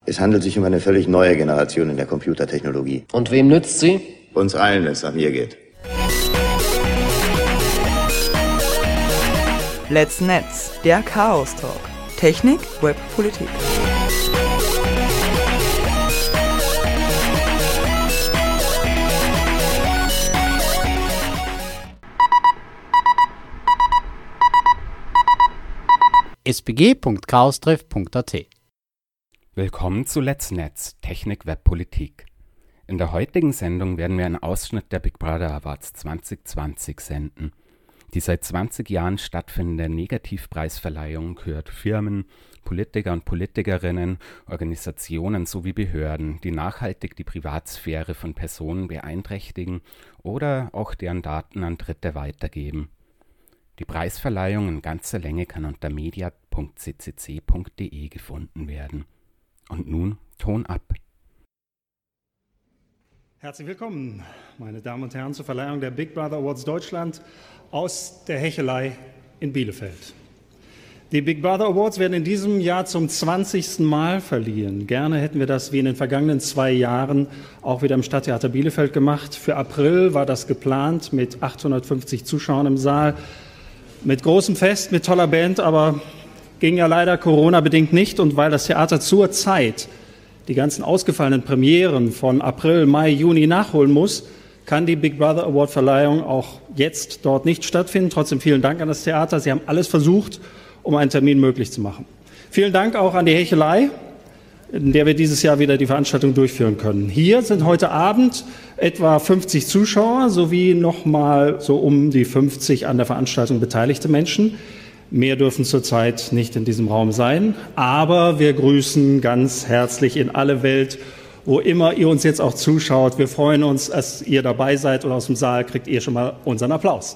Es handelt sich um eine völlig neue Generation in der Computertechnologie. Und wem nützt sie? Uns allen, wenn es nach mir geht. Let's Netz, der Chaos Talk. Technik, Web, Politik. sbg.chaostreff.at. Willkommen zu Let's Netz, Technik, Web, Politik. In der heutigen Sendung werden wir einen Ausschnitt der Big Brother Awards 2020 senden. Die seit 20 Jahren stattfindende Negativpreisverleihung gehört Firmen, Politiker und Politikerinnen, Organisationen sowie Behörden, die nachhaltig die Privatsphäre von Personen beeinträchtigen oder auch deren Daten an Dritte weitergeben. Die Preisverleihung in ganzer Länge kann unter media.ccc.de gefunden werden. Und nun Ton ab. Herzlich willkommen, meine Damen und Herren, zur Verleihung der Big Brother Awards Deutschland aus der Hechelei in Bielefeld. Die Big Brother Awards werden in diesem Jahr zum 20. Mal verliehen. Gerne hätten wir das wie in den vergangenen 2 Jahren auch wieder im Stadttheater Bielefeld gemacht. Für April war das geplant mit 850 Zuschauern im Saal, mit großem Fest, mit toller Band, aber ging ja leider Corona-bedingt nicht. Und weil das Theater zur Zeit die ganzen ausgefallenen Premieren von April, Mai, Juni nachholen muss, kann die Big Brother Award Verleihung auch jetzt dort nicht stattfinden. Trotzdem vielen Dank an das Theater. Sie haben alles versucht, um einen Termin möglich zu machen. Vielen Dank auch an die Hechelei, in der wir dieses Jahr wieder die Veranstaltung durchführen können. Hier sind heute Abend etwa 50 Zuschauer sowie nochmal so um die 50 an der Veranstaltung beteiligte Menschen. Mehr dürfen zurzeit nicht in diesem Raum sein, aber wir grüßen ganz herzlich in alle Welt, wo immer ihr uns jetzt auch zuschaut. Wir freuen uns, dass ihr dabei seid und aus dem Saal kriegt ihr schon mal unseren Applaus.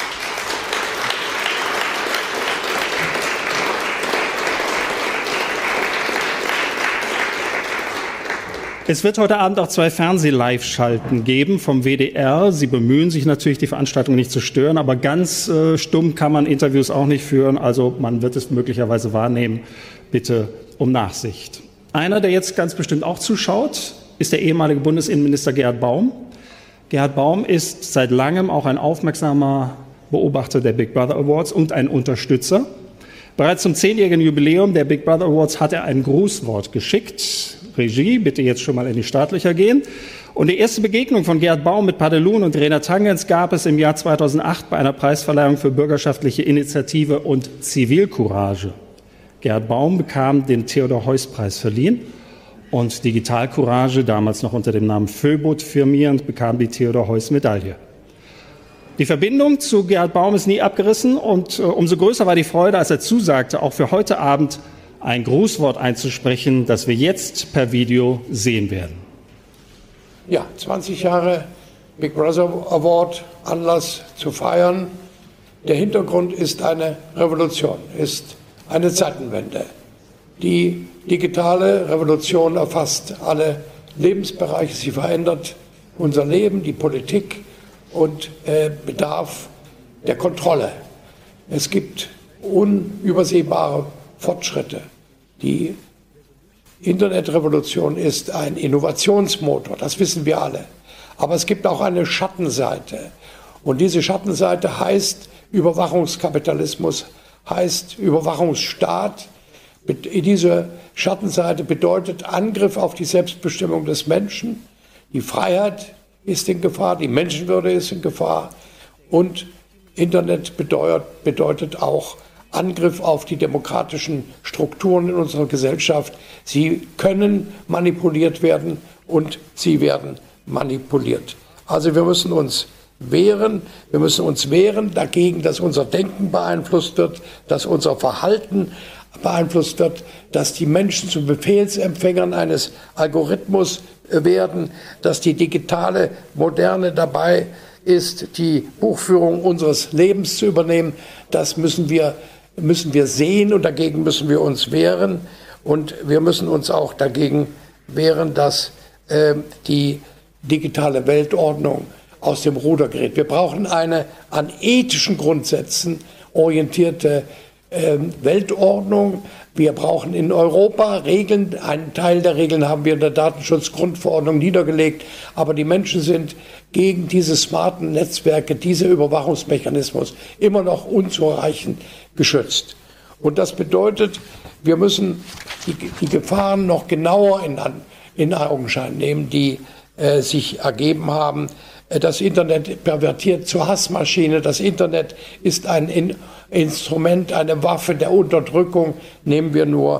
Es wird heute Abend auch 2 Fernseh-Live-Schalten geben vom WDR. Sie bemühen sich natürlich, die Veranstaltung nicht zu stören, aber ganz stumm kann man Interviews auch nicht führen. Also man wird es möglicherweise wahrnehmen. Bitte um Nachsicht. Einer, der jetzt ganz bestimmt auch zuschaut, ist der ehemalige Bundesinnenminister Gerhard Baum. Gerhard Baum ist seit langem auch ein aufmerksamer Beobachter der Big Brother Awards und ein Unterstützer. Bereits zum 10-jährigen Jubiläum der Big Brother Awards hat er ein Grußwort geschickt. Regie, bitte jetzt schon mal in die Startlöcher gehen. Und die erste Begegnung von Gerhard Baum mit Padelun und Rena Tangens gab es im Jahr 2008 bei einer Preisverleihung für bürgerschaftliche Initiative und Zivilcourage. Gerhard Baum bekam den Theodor-Heuss-Preis verliehen und Digitalcourage, damals noch unter dem Namen Föbot firmierend, bekam die Theodor-Heuss-Medaille. Die Verbindung zu Gerhard Baum ist nie abgerissen und umso größer war die Freude, als er zusagte, auch für heute Abend ein Grußwort einzusprechen, das wir jetzt per Video sehen werden. Ja, 20 Jahre Big Brother Award, Anlass zu feiern. Der Hintergrund ist eine Revolution, ist eine Zeitenwende. Die digitale Revolution erfasst alle Lebensbereiche, sie verändert unser Leben, die Politik und bedarf der Kontrolle. Es gibt unübersehbare Fortschritte. Die Internetrevolution ist ein Innovationsmotor, das wissen wir alle. Aber es gibt auch eine Schattenseite. Und diese Schattenseite heißt Überwachungskapitalismus, heißt Überwachungsstaat. Diese Schattenseite bedeutet Angriff auf die Selbstbestimmung des Menschen. Die Freiheit ist in Gefahr, die Menschenwürde ist in Gefahr. Und Internet bedeutet auch Angriff auf die demokratischen Strukturen in unserer Gesellschaft. Sie können manipuliert werden und sie werden manipuliert. Also wir müssen uns wehren. Wir müssen uns wehren dagegen, dass unser Denken beeinflusst wird, dass unser Verhalten beeinflusst wird, dass die Menschen zu Befehlsempfängern eines Algorithmus werden, dass die digitale Moderne dabei ist, die Buchführung unseres Lebens zu übernehmen. Das müssen wir sehen und dagegen müssen wir uns wehren. Und wir müssen uns auch dagegen wehren, dass die digitale Weltordnung aus dem Ruder gerät. Wir brauchen eine an ethischen Grundsätzen orientierte Weltordnung, Wir brauchen in Europa Regeln. Einen Teil der Regeln haben wir in der Datenschutzgrundverordnung niedergelegt. Aber die Menschen sind gegen diese smarten Netzwerke, diese Überwachungsmechanismus immer noch unzureichend geschützt. Und das bedeutet, wir müssen die Gefahren noch genauer in Augenschein nehmen, die sich ergeben haben. Das Internet pervertiert zur Hassmaschine. Das Internet ist ein Instrument, eine Waffe der Unterdrückung. Nehmen wir nur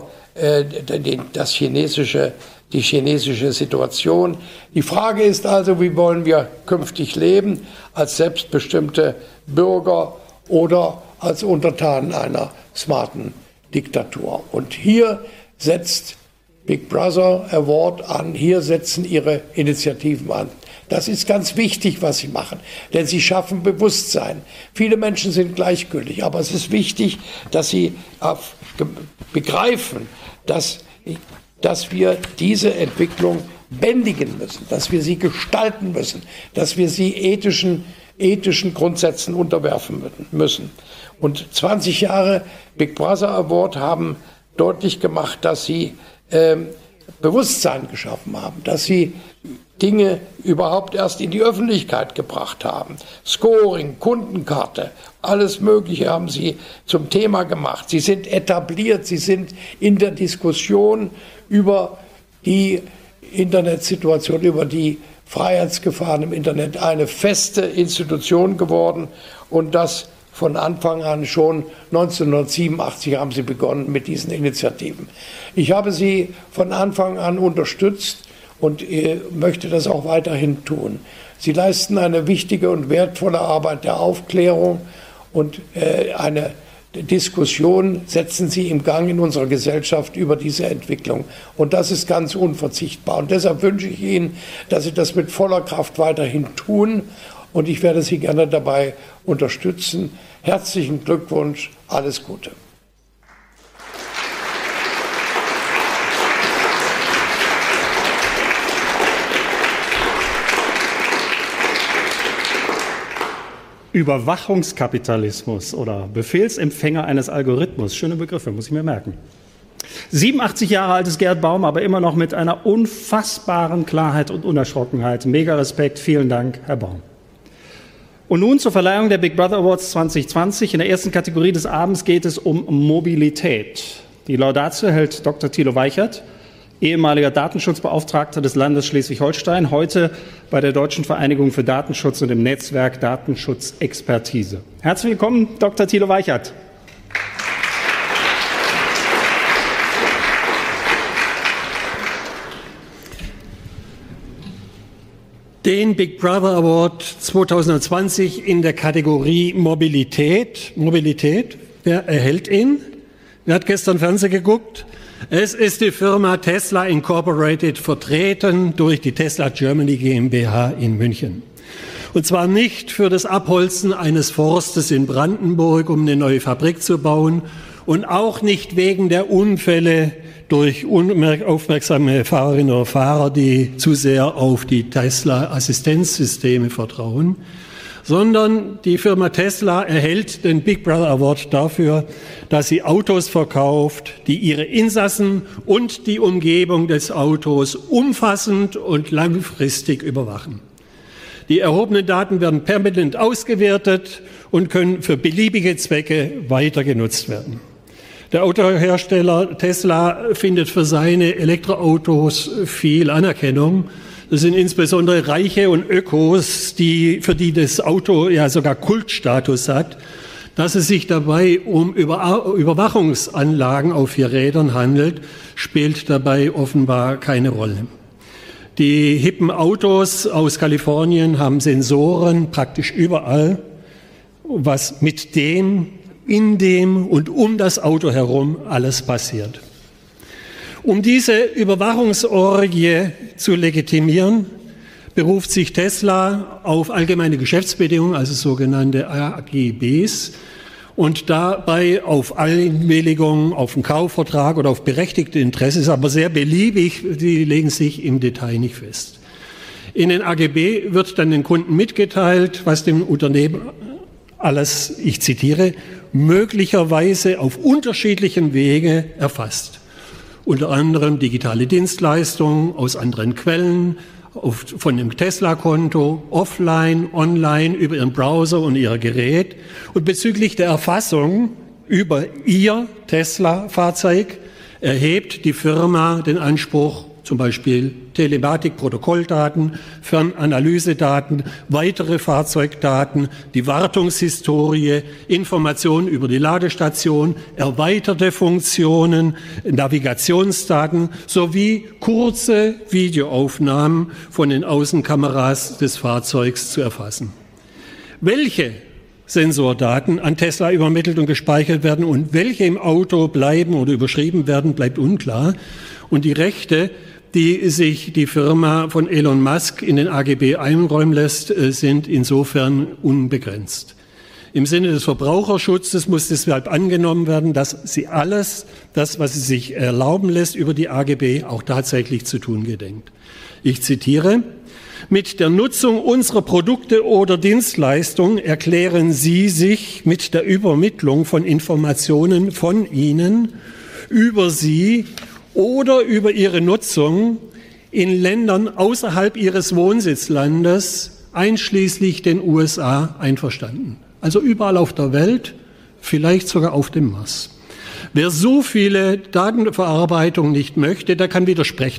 die chinesische Situation. Die Frage ist also, wie wollen wir künftig leben? Als selbstbestimmte Bürger oder als Untertanen einer smarten Diktatur. Und hier setzt Big Brother Award an, hier setzen ihre Initiativen an. Das ist ganz wichtig, was sie machen, denn sie schaffen Bewusstsein. Viele Menschen sind gleichgültig, aber es ist wichtig, dass sie begreifen, dass wir diese Entwicklung bändigen müssen, dass wir sie gestalten müssen, dass wir sie ethischen Grundsätzen unterwerfen müssen. Und 20 Jahre Big Brother Award haben deutlich gemacht, dass sie Bewusstsein geschaffen haben, dass sie Dinge überhaupt erst in die Öffentlichkeit gebracht haben. Scoring, Kundenkarte, alles Mögliche haben sie zum Thema gemacht. Sie sind etabliert, sie sind in der Diskussion über die Internetsituation, über die Freiheitsgefahren im Internet eine feste Institution geworden und das von Anfang an, schon 1987 haben sie begonnen mit diesen Initiativen. Ich habe sie von Anfang an unterstützt und möchte das auch weiterhin tun. Sie leisten eine wichtige und wertvolle Arbeit der Aufklärung und eine Diskussion setzen sie im Gang in unserer Gesellschaft über diese Entwicklung. Und das ist ganz unverzichtbar. Und deshalb wünsche ich Ihnen, dass Sie das mit voller Kraft weiterhin tun. Und ich werde Sie gerne dabei unterstützen. Herzlichen Glückwunsch, alles Gute. Überwachungskapitalismus oder Befehlsempfänger eines Algorithmus. Schöne Begriffe, muss ich mir merken. 87 Jahre alt ist Gerd Baum, aber immer noch mit einer unfassbaren Klarheit und Unerschrockenheit. Mega Respekt, vielen Dank, Herr Baum. Und nun zur Verleihung der Big Brother Awards 2020. In der ersten Kategorie des Abends geht es um Mobilität. Die Laudatio hält Dr. Thilo Weichert, ehemaliger Datenschutzbeauftragter des Landes Schleswig-Holstein, heute bei der Deutschen Vereinigung für Datenschutz und im Netzwerk Datenschutzexpertise. Herzlich willkommen, Dr. Thilo Weichert. Den Big Brother Award 2020 in der Kategorie Mobilität. Wer erhält ihn? Wer hat gestern Fernsehen geguckt? Es ist die Firma Tesla Incorporated, vertreten durch die Tesla Germany GmbH in München. Und zwar nicht für das Abholzen eines Forstes in Brandenburg, um eine neue Fabrik zu bauen, und auch nicht wegen der Unfälle durch unaufmerksame Fahrerinnen oder Fahrer, die zu sehr auf die Tesla-Assistenzsysteme vertrauen, sondern die Firma Tesla erhält den Big Brother Award dafür, dass sie Autos verkauft, die ihre Insassen und die Umgebung des Autos umfassend und langfristig überwachen. Die erhobenen Daten werden permanent ausgewertet und können für beliebige Zwecke weiter genutzt werden. Der Autohersteller Tesla findet für seine Elektroautos viel Anerkennung. Das sind insbesondere Reiche und Ökos, für die das Auto ja sogar Kultstatus hat. Dass es sich dabei um Überwachungsanlagen auf 4 Rädern handelt, spielt dabei offenbar keine Rolle. Die hippen Autos aus Kalifornien haben Sensoren praktisch überall, was mit dem, in dem und um das Auto herum alles passiert. Um diese Überwachungsorgie zu legitimieren, beruft sich Tesla auf allgemeine Geschäftsbedingungen, also sogenannte AGBs, und dabei auf Einwilligung, auf einen Kaufvertrag oder auf berechtigte Interesse, ist aber sehr beliebig, die legen sich im Detail nicht fest. In den AGB wird dann den Kunden mitgeteilt, was dem Unternehmen alles, ich zitiere, möglicherweise auf unterschiedlichen Wege erfasst. Unter anderem digitale Dienstleistungen aus anderen Quellen, von dem Tesla-Konto, offline, online, über Ihren Browser und Ihr Gerät. Und bezüglich der Erfassung über Ihr Tesla-Fahrzeug erhebt die Firma den Anspruch, zum Beispiel Telematik, Protokolldaten, Fernanalysedaten, weitere Fahrzeugdaten, die Wartungshistorie, Informationen über die Ladestation, erweiterte Funktionen, Navigationsdaten sowie kurze Videoaufnahmen von den Außenkameras des Fahrzeugs zu erfassen. Welche Sensordaten an Tesla übermittelt und gespeichert werden und welche im Auto bleiben oder überschrieben werden, bleibt unklar. Und die Rechte, die sich die Firma von Elon Musk in den AGB einräumen lässt, sind insofern unbegrenzt. Im Sinne des Verbraucherschutzes muss deshalb angenommen werden, dass sie alles, das, was sie sich erlauben lässt, über die AGB auch tatsächlich zu tun gedenkt. Ich zitiere: Mit der Nutzung unserer Produkte oder Dienstleistungen erklären Sie sich mit der Übermittlung von Informationen von Ihnen über Sie oder über Ihre Nutzung in Ländern außerhalb Ihres Wohnsitzlandes, einschließlich den USA, einverstanden. Also überall auf der Welt, vielleicht sogar auf dem Mars. Wer so viele Datenverarbeitung nicht möchte, der kann widersprechen.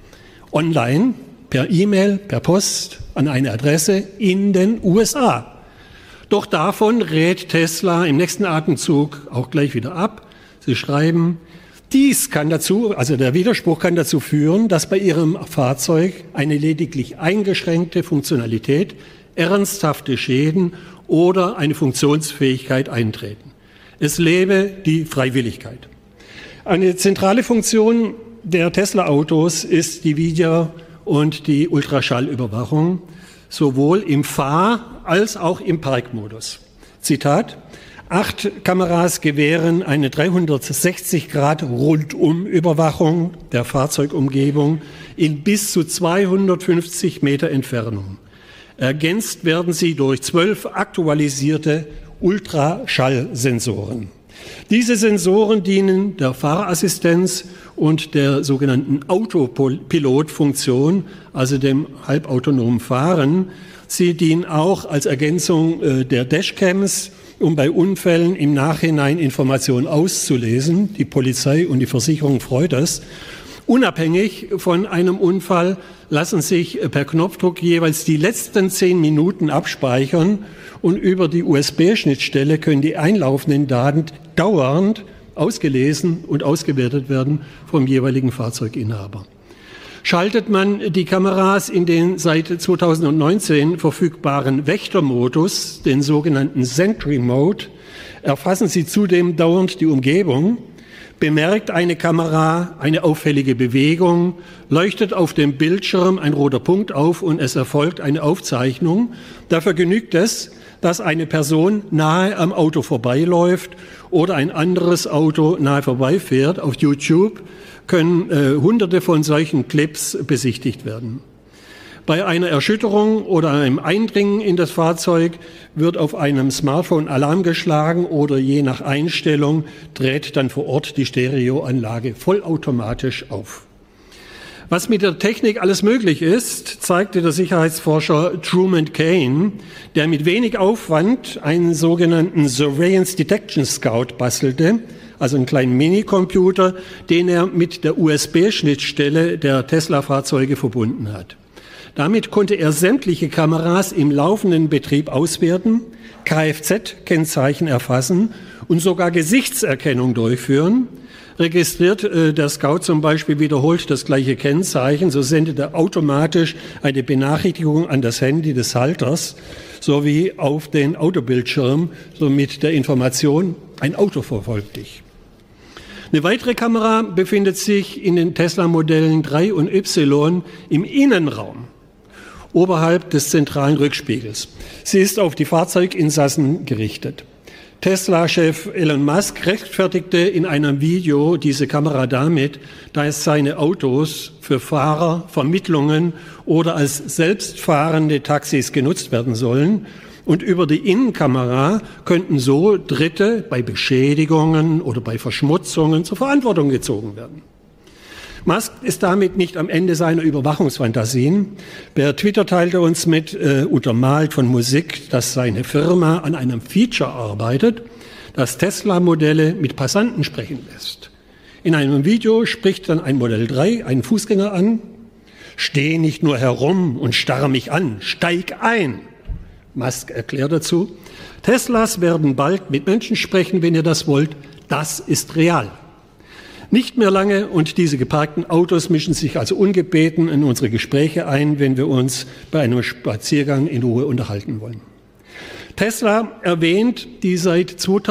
Online, per E-Mail, per Post, an eine Adresse in den USA. Doch davon rät Tesla im nächsten Atemzug auch gleich wieder ab. Sie schreiben, dies kann dazu, also der Widerspruch kann dazu führen, dass bei Ihrem Fahrzeug eine lediglich eingeschränkte Funktionalität, ernsthafte Schäden oder eine Funktionsfähigkeit eintreten. Es lebe die Freiwilligkeit. Eine zentrale Funktion der Tesla-Autos ist die Video- und die Ultraschallüberwachung, sowohl im Fahr- als auch im Parkmodus. Zitat: 8 Kameras gewähren eine 360-Grad-Rundum-Überwachung der Fahrzeugumgebung in bis zu 250 Meter Entfernung. Ergänzt werden sie durch 12 aktualisierte Ultraschallsensoren. Diese Sensoren dienen der Fahrerassistenz und der sogenannten Autopilot-Funktion, also dem halbautonomen Fahren. Sie dienen auch als Ergänzung der Dashcams, um bei Unfällen im Nachhinein Informationen auszulesen. Die Polizei und die Versicherung freut es. Unabhängig von einem Unfall lassen sich per Knopfdruck jeweils die letzten 10 Minuten abspeichern und über die USB-Schnittstelle können die einlaufenden Daten dauernd ausgelesen und ausgewertet werden vom jeweiligen Fahrzeuginhaber. Schaltet man die Kameras in den seit 2019 verfügbaren Wächtermodus, den sogenannten Sentry Mode, erfassen sie zudem dauernd die Umgebung. Bemerkt eine Kamera eine auffällige Bewegung, leuchtet auf dem Bildschirm ein roter Punkt auf und es erfolgt eine Aufzeichnung. Dafür genügt es, dass eine Person nahe am Auto vorbeiläuft oder ein anderes Auto nahe vorbeifährt. Auf YouTube können Hunderte von solchen Clips besichtigt werden. Bei einer Erschütterung oder einem Eindringen in das Fahrzeug wird auf einem Smartphone Alarm geschlagen oder je nach Einstellung dreht dann vor Ort die Stereoanlage vollautomatisch auf. Was mit der Technik alles möglich ist, zeigte der Sicherheitsforscher Truman Cain, der mit wenig Aufwand einen sogenannten Surveillance Detection Scout bastelte, also einen kleinen Minicomputer, den er mit der USB-Schnittstelle der Tesla-Fahrzeuge verbunden hat. Damit konnte er sämtliche Kameras im laufenden Betrieb auswerten, Kfz-Kennzeichen erfassen und sogar Gesichtserkennung durchführen. Registriert der Scout zum Beispiel wiederholt das gleiche Kennzeichen, so sendet er automatisch eine Benachrichtigung an das Handy des Halters sowie auf den Autobildschirm, so mit der Information, ein Auto verfolgt dich. Eine weitere Kamera befindet sich in den Tesla-Modellen 3 und Y im Innenraum, oberhalb des zentralen Rückspiegels. Sie ist auf die Fahrzeuginsassen gerichtet. Tesla-Chef Elon Musk rechtfertigte in einem Video diese Kamera damit, dass seine Autos für Fahrer, Vermittlungen oder als selbstfahrende Taxis genutzt werden sollen. Und über die Innenkamera könnten so Dritte bei Beschädigungen oder bei Verschmutzungen zur Verantwortung gezogen werden. Musk ist damit nicht am Ende seiner Überwachungsfantasien. Per Twitter teilte uns mit, untermalt von Musik, dass seine Firma an einem Feature arbeitet, das Tesla-Modelle mit Passanten sprechen lässt. In einem Video spricht dann ein Modell 3 einen Fußgänger an: Steh nicht nur herum und starre mich an, steig ein. Musk erklärt dazu: Teslas werden bald mit Menschen sprechen, wenn ihr das wollt. Das ist real. Nicht mehr lange und diese geparkten Autos mischen sich also ungebeten in unsere Gespräche ein, wenn wir uns bei einem Spaziergang in Ruhe unterhalten wollen. Tesla erwähnt die seit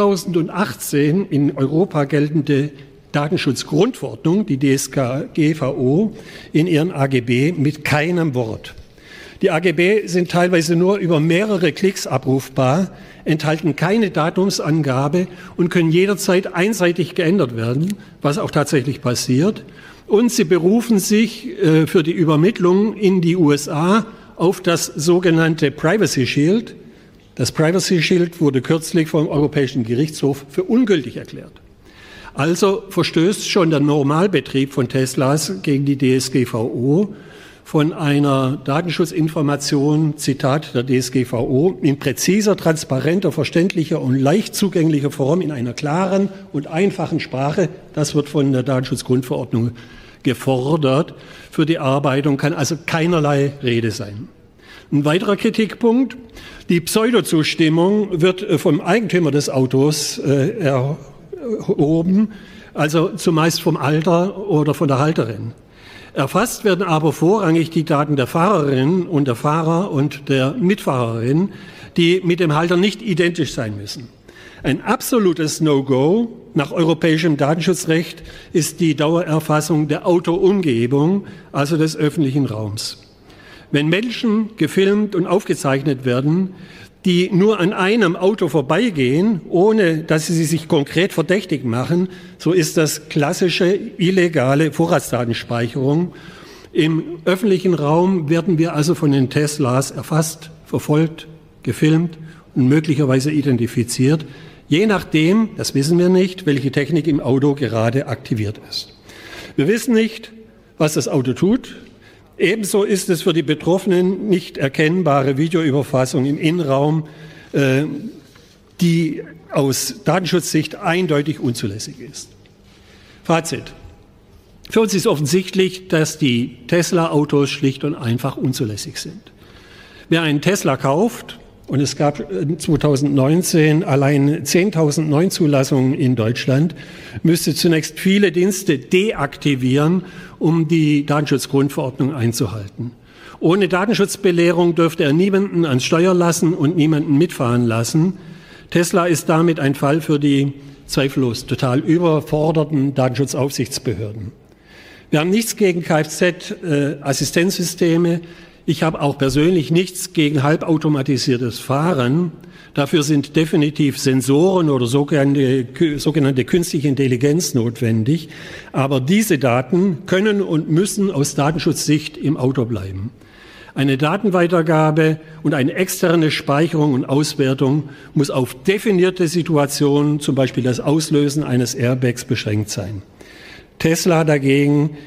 2018 in Europa geltende Datenschutzgrundverordnung, die DSGVO, in ihren AGB mit keinem Wort. Die AGB sind teilweise nur über mehrere Klicks abrufbar, enthalten keine Datumsangabe und können jederzeit einseitig geändert werden, was auch tatsächlich passiert. Und sie berufen sich für die Übermittlung in die USA auf das sogenannte Privacy Shield. Das Privacy Shield wurde kürzlich vom Europäischen Gerichtshof für ungültig erklärt. Also verstößt schon der Normalbetrieb von Teslas gegen die DSGVO. Von einer Datenschutzinformation, Zitat der DSGVO, in präziser, transparenter, verständlicher und leicht zugänglicher Form in einer klaren und einfachen Sprache, das wird von der Datenschutzgrundverordnung gefordert. Für die Arbeitung kann also keinerlei Rede sein. Ein weiterer Kritikpunkt: Die Pseudozustimmung wird vom Eigentümer des Autos erhoben, also zumeist vom Halter oder von der Halterin. Erfasst werden aber vorrangig die Daten der Fahrerin und der Fahrer und der Mitfahrerin, die mit dem Halter nicht identisch sein müssen. Ein absolutes No-Go nach europäischem Datenschutzrecht ist die Dauererfassung der Autoumgebung, also des öffentlichen Raums. Wenn Menschen gefilmt und aufgezeichnet werden, die nur an einem Auto vorbeigehen, ohne dass sie sich konkret verdächtig machen, so ist das klassische illegale Vorratsdatenspeicherung. Im öffentlichen Raum werden wir also von den Teslas erfasst, verfolgt, gefilmt und möglicherweise identifiziert, je nachdem, das wissen wir nicht, welche Technik im Auto gerade aktiviert ist. Wir wissen nicht, was das Auto tut. Ebenso ist es für die Betroffenen nicht erkennbare Videoüberfassung im Innenraum, die aus Datenschutzsicht eindeutig unzulässig ist. Fazit: Für uns ist offensichtlich, dass die Tesla-Autos schlicht und einfach unzulässig sind. Wer einen Tesla kauft, und es gab 2019 allein 10.000 Neuzulassungen in Deutschland, müsste zunächst viele Dienste deaktivieren, um die Datenschutzgrundverordnung einzuhalten. Ohne Datenschutzbelehrung dürfte er niemanden ans Steuer lassen und niemanden mitfahren lassen. Tesla ist damit ein Fall für die zweifellos total überforderten Datenschutzaufsichtsbehörden. Wir haben nichts gegen Kfz-Assistenzsysteme. Ich habe auch persönlich nichts gegen halbautomatisiertes Fahren. Dafür sind definitiv Sensoren oder sogenannte künstliche Intelligenz notwendig. Aber diese Daten können und müssen aus Datenschutzsicht im Auto bleiben. Eine Datenweitergabe und eine externe Speicherung und Auswertung muss auf definierte Situationen, zum Beispiel das Auslösen eines Airbags, beschränkt sein. Tesla dagegen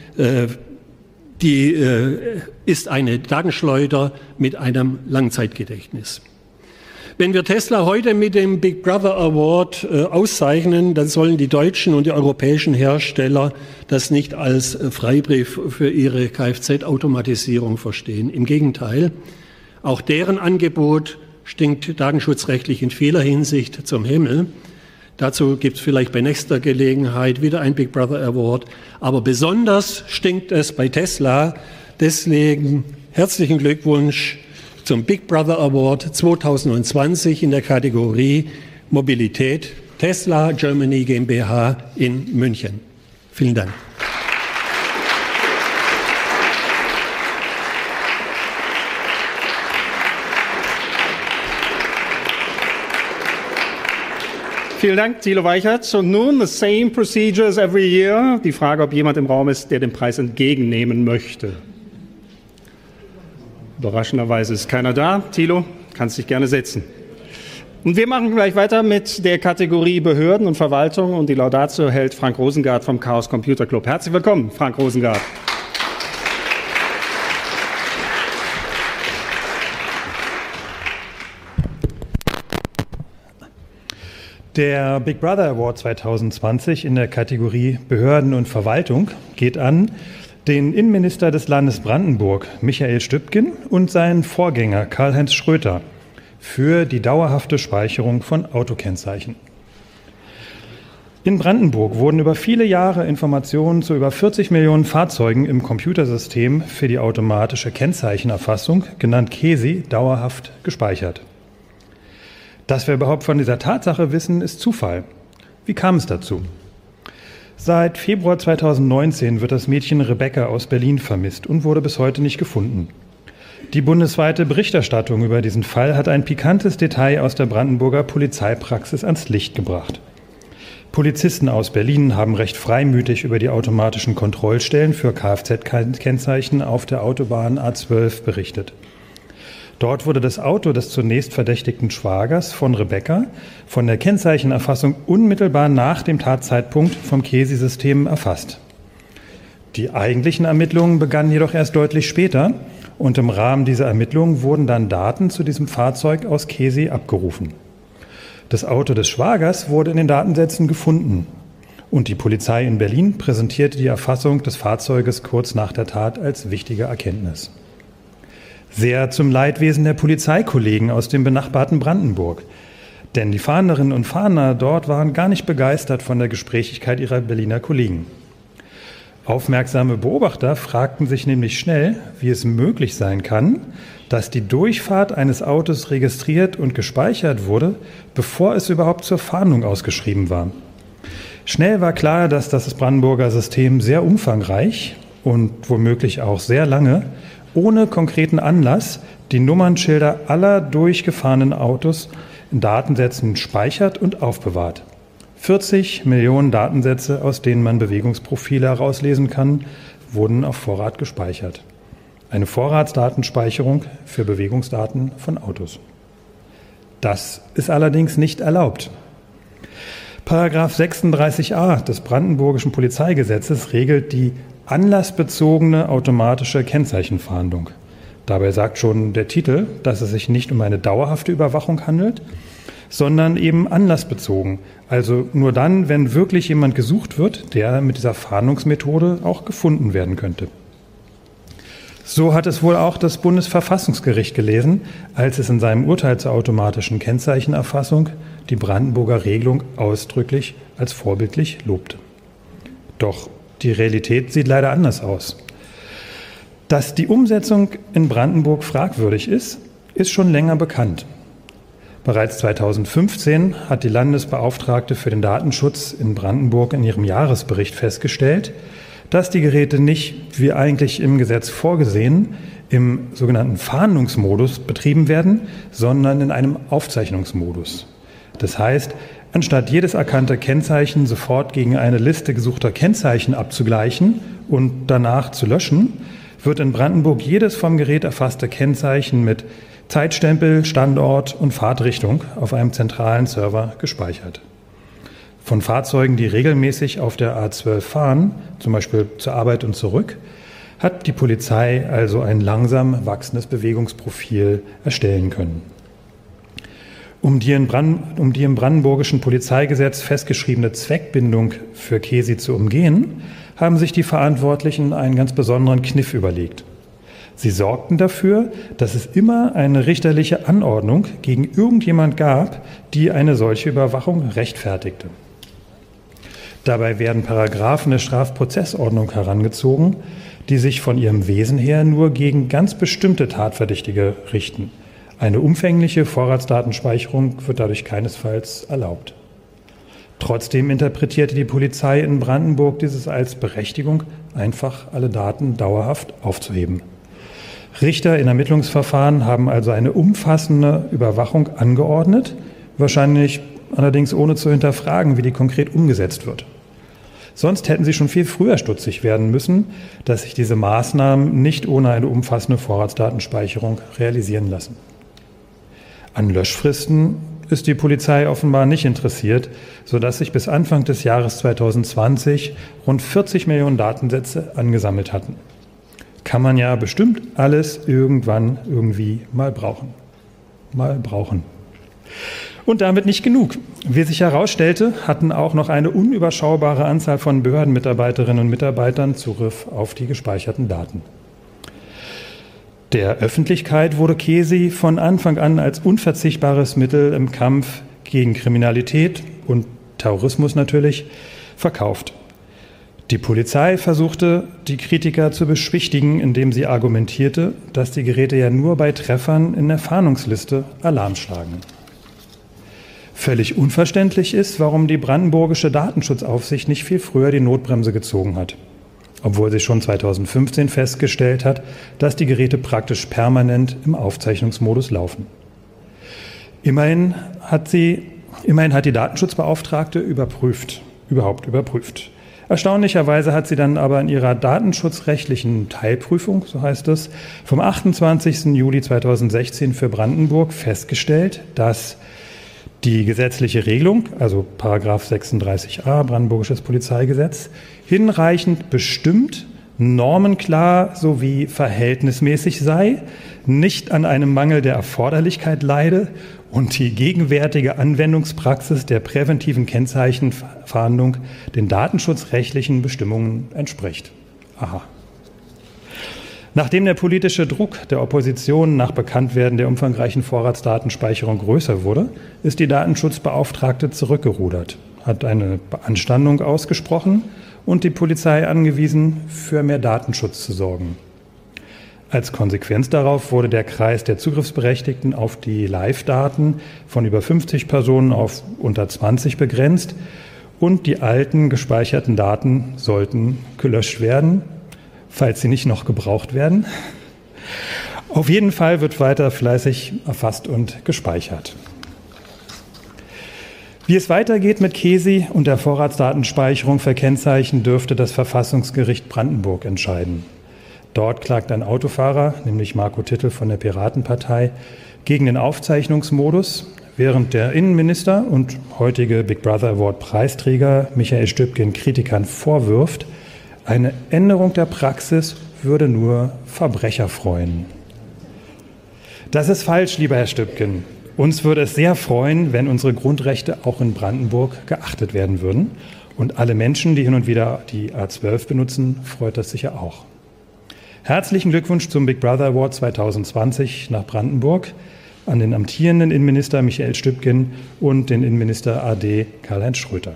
ist eine Datenschleuder mit einem Langzeitgedächtnis. Wenn wir Tesla heute mit dem Big Brother Award auszeichnen, dann sollen die deutschen und die europäischen Hersteller das nicht als Freibrief für ihre Kfz-Automatisierung verstehen. Im Gegenteil, auch deren Angebot stinkt datenschutzrechtlich in vieler Hinsicht zum Himmel. Dazu gibt es vielleicht bei nächster Gelegenheit wieder ein Big Brother Award. Aber besonders stinkt es bei Tesla. Deswegen herzlichen Glückwunsch zum Big Brother Award 2020 in der Kategorie Mobilität Tesla Germany GmbH in München. Vielen Dank. Vielen Dank, Thilo Weichert. Und nun the same procedure as every year. Die Frage, ob jemand im Raum ist, der den Preis entgegennehmen möchte. Überraschenderweise ist keiner da. Thilo, kannst dich gerne setzen. Und wir machen gleich weiter mit der Kategorie Behörden und Verwaltung und die Laudatio hält Frank Rosengart vom Chaos Computer Club. Herzlich willkommen, Frank Rosengart. Der Big Brother Award 2020 in der Kategorie Behörden und Verwaltung geht an den Innenminister des Landes Brandenburg, Michael Stübgen, und seinen Vorgänger Karl-Heinz Schröter für die dauerhafte Speicherung von Autokennzeichen. In Brandenburg wurden über viele Jahre Informationen zu über 40 Millionen Fahrzeugen im Computersystem für die automatische Kennzeichenerfassung, genannt KESI, dauerhaft gespeichert. Dass wir überhaupt von dieser Tatsache wissen, ist Zufall. Wie kam es dazu? Seit Februar 2019 wird das Mädchen Rebecca aus Berlin vermisst und wurde bis heute nicht gefunden. Die bundesweite Berichterstattung über diesen Fall hat ein pikantes Detail aus der Brandenburger Polizeipraxis ans Licht gebracht. Polizisten aus Berlin haben recht freimütig über die automatischen Kontrollstellen für Kfz-Kennzeichen auf der Autobahn A12 berichtet. Dort wurde das Auto des zunächst verdächtigten Schwagers von Rebecca von der Kennzeichenerfassung unmittelbar nach dem Tatzeitpunkt vom KESI-System erfasst. Die eigentlichen Ermittlungen begannen jedoch erst deutlich später und im Rahmen dieser Ermittlungen wurden dann Daten zu diesem Fahrzeug aus KESI abgerufen. Das Auto des Schwagers wurde in den Datensätzen gefunden und die Polizei in Berlin präsentierte die Erfassung des Fahrzeuges kurz nach der Tat als wichtige Erkenntnis. Sehr zum Leidwesen der Polizeikollegen aus dem benachbarten Brandenburg. Denn die Fahnderinnen und Fahnder dort waren gar nicht begeistert von der Gesprächigkeit ihrer Berliner Kollegen. Aufmerksame Beobachter fragten sich nämlich schnell, wie es möglich sein kann, dass die Durchfahrt eines Autos registriert und gespeichert wurde, bevor es überhaupt zur Fahndung ausgeschrieben war. Schnell war klar, dass das Brandenburger System sehr umfangreich und womöglich auch sehr lange ohne konkreten Anlass die Nummernschilder aller durchgefahrenen Autos in Datensätzen speichert und aufbewahrt. 40 Millionen Datensätze, aus denen man Bewegungsprofile herauslesen kann, wurden auf Vorrat gespeichert. Eine Vorratsdatenspeicherung für Bewegungsdaten von Autos. Das ist allerdings nicht erlaubt. Paragraph 36a des Brandenburgischen Polizeigesetzes regelt die anlassbezogene automatische Kennzeichenfahndung. Dabei sagt schon der Titel, dass es sich nicht um eine dauerhafte Überwachung handelt, sondern eben anlassbezogen. Also nur dann, wenn wirklich jemand gesucht wird, der mit dieser Fahndungsmethode auch gefunden werden könnte. So hat es wohl auch das Bundesverfassungsgericht gelesen, als es in seinem Urteil zur automatischen Kennzeichenerfassung die Brandenburger Regelung ausdrücklich als vorbildlich lobte. Doch die Realität sieht leider anders aus. Dass die Umsetzung in Brandenburg fragwürdig ist, ist schon länger bekannt. Bereits 2015 hat die Landesbeauftragte für den Datenschutz in Brandenburg in ihrem Jahresbericht festgestellt, dass die Geräte nicht, wie eigentlich im Gesetz vorgesehen, im sogenannten Fahndungsmodus betrieben werden, sondern in einem Aufzeichnungsmodus. Das heißt, anstatt jedes erkannte Kennzeichen sofort gegen eine Liste gesuchter Kennzeichen abzugleichen und danach zu löschen, wird in Brandenburg jedes vom Gerät erfasste Kennzeichen mit Zeitstempel, Standort und Fahrtrichtung auf einem zentralen Server gespeichert. Von Fahrzeugen, die regelmäßig auf der A12 fahren, zum Beispiel zur Arbeit und zurück, hat die Polizei also ein langsam wachsendes Bewegungsprofil erstellen können. Um die im brandenburgischen Polizeigesetz festgeschriebene Zweckbindung für KESI zu umgehen, haben sich die Verantwortlichen einen ganz besonderen Kniff überlegt. Sie sorgten dafür, dass es immer eine richterliche Anordnung gegen irgendjemand gab, die eine solche Überwachung rechtfertigte. Dabei werden Paragraphen der Strafprozessordnung herangezogen, die sich von ihrem Wesen her nur gegen ganz bestimmte Tatverdächtige richten. Eine umfängliche Vorratsdatenspeicherung wird dadurch keinesfalls erlaubt. Trotzdem interpretierte die Polizei in Brandenburg dieses als Berechtigung, einfach alle Daten dauerhaft aufzuheben. Richter in Ermittlungsverfahren haben also eine umfassende Überwachung angeordnet, wahrscheinlich allerdings ohne zu hinterfragen, wie die konkret umgesetzt wird. Sonst hätten sie schon viel früher stutzig werden müssen, dass sich diese Maßnahmen nicht ohne eine umfassende Vorratsdatenspeicherung realisieren lassen. An Löschfristen ist die Polizei offenbar nicht interessiert, sodass sich bis Anfang des Jahres 2020 rund 40 Millionen Datensätze angesammelt hatten. Kann man ja bestimmt alles irgendwann irgendwie mal brauchen. Und damit nicht genug. Wie sich herausstellte, hatten auch noch eine unüberschaubare Anzahl von Behördenmitarbeiterinnen und Mitarbeitern Zugriff auf die gespeicherten Daten. Der Öffentlichkeit wurde KESI von Anfang an als unverzichtbares Mittel im Kampf gegen Kriminalität und Terrorismus natürlich verkauft. Die Polizei versuchte, die Kritiker zu beschwichtigen, indem sie argumentierte, dass die Geräte ja nur bei Treffern in der Fahndungsliste Alarm schlagen. Völlig unverständlich ist, warum die brandenburgische Datenschutzaufsicht nicht viel früher die Notbremse gezogen hat, obwohl sie schon 2015 festgestellt hat, dass die Geräte praktisch permanent im Aufzeichnungsmodus laufen. Immerhin hat die Datenschutzbeauftragte überhaupt überprüft. Erstaunlicherweise hat sie dann aber in ihrer datenschutzrechtlichen Teilprüfung, so heißt es, vom 28. Juli 2016 für Brandenburg festgestellt, dass die gesetzliche Regelung, also § 36a Brandenburgisches Polizeigesetz, hinreichend bestimmt, normenklar sowie verhältnismäßig sei, nicht an einem Mangel der Erforderlichkeit leide und die gegenwärtige Anwendungspraxis der präventiven Kennzeichenfahndung den datenschutzrechtlichen Bestimmungen entspricht. Aha. Nachdem der politische Druck der Opposition nach Bekanntwerden der umfangreichen Vorratsdatenspeicherung größer wurde, ist die Datenschutzbeauftragte zurückgerudert, hat eine Beanstandung ausgesprochen und die Polizei angewiesen, für mehr Datenschutz zu sorgen. Als Konsequenz darauf wurde der Kreis der Zugriffsberechtigten auf die Live-Daten von über 50 Personen auf unter 20 begrenzt und die alten gespeicherten Daten sollten gelöscht werden, falls sie nicht noch gebraucht werden. Auf jeden Fall wird weiter fleißig erfasst und gespeichert. Wie es weitergeht mit KESI und der Vorratsdatenspeicherung für Kennzeichen, dürfte das Verfassungsgericht Brandenburg entscheiden. Dort klagt ein Autofahrer, nämlich Marco Tittel von der Piratenpartei, gegen den Aufzeichnungsmodus, während der Innenminister und heutige Big Brother Award Preisträger Michael Stübgen Kritikern vorwirft, eine Änderung der Praxis würde nur Verbrecher freuen. Das ist falsch, lieber Herr Stübgen. Uns würde es sehr freuen, wenn unsere Grundrechte auch in Brandenburg geachtet werden würden. Und alle Menschen, die hin und wieder die A12 benutzen, freut das sicher auch. Herzlichen Glückwunsch zum Big Brother Award 2020 nach Brandenburg an den amtierenden Innenminister Michael Stübgen und den Innenminister AD Karl-Heinz Schröter.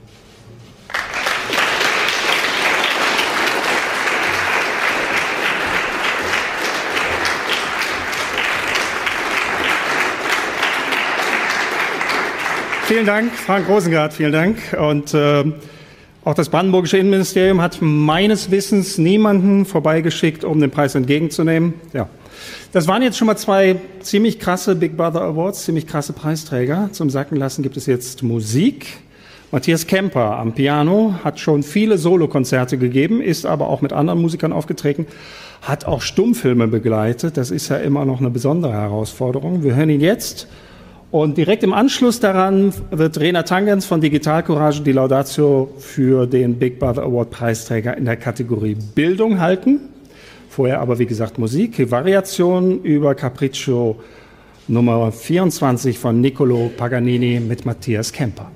Vielen Dank, Frank Rosengart, vielen Dank. Und auch das Brandenburgische Innenministerium hat meines Wissens niemanden vorbeigeschickt, um den Preis entgegenzunehmen. Ja. Das waren jetzt schon mal zwei ziemlich krasse Big Brother Awards, ziemlich krasse Preisträger. Zum Sackenlassen gibt es jetzt Musik. Matthias Kemper am Piano hat schon viele Solokonzerte gegeben, ist aber auch mit anderen Musikern aufgetreten, hat auch Stummfilme begleitet. Das ist ja immer noch eine besondere Herausforderung. Wir hören ihn jetzt. Und direkt im Anschluss daran wird Rena Tangens von Digital Courage die Laudatio für den Big Brother Award Preisträger in der Kategorie Bildung halten. Vorher aber, wie gesagt, Musik, Variation über Capriccio Nummer 24 von Niccolò Paganini mit Matthias Kemper.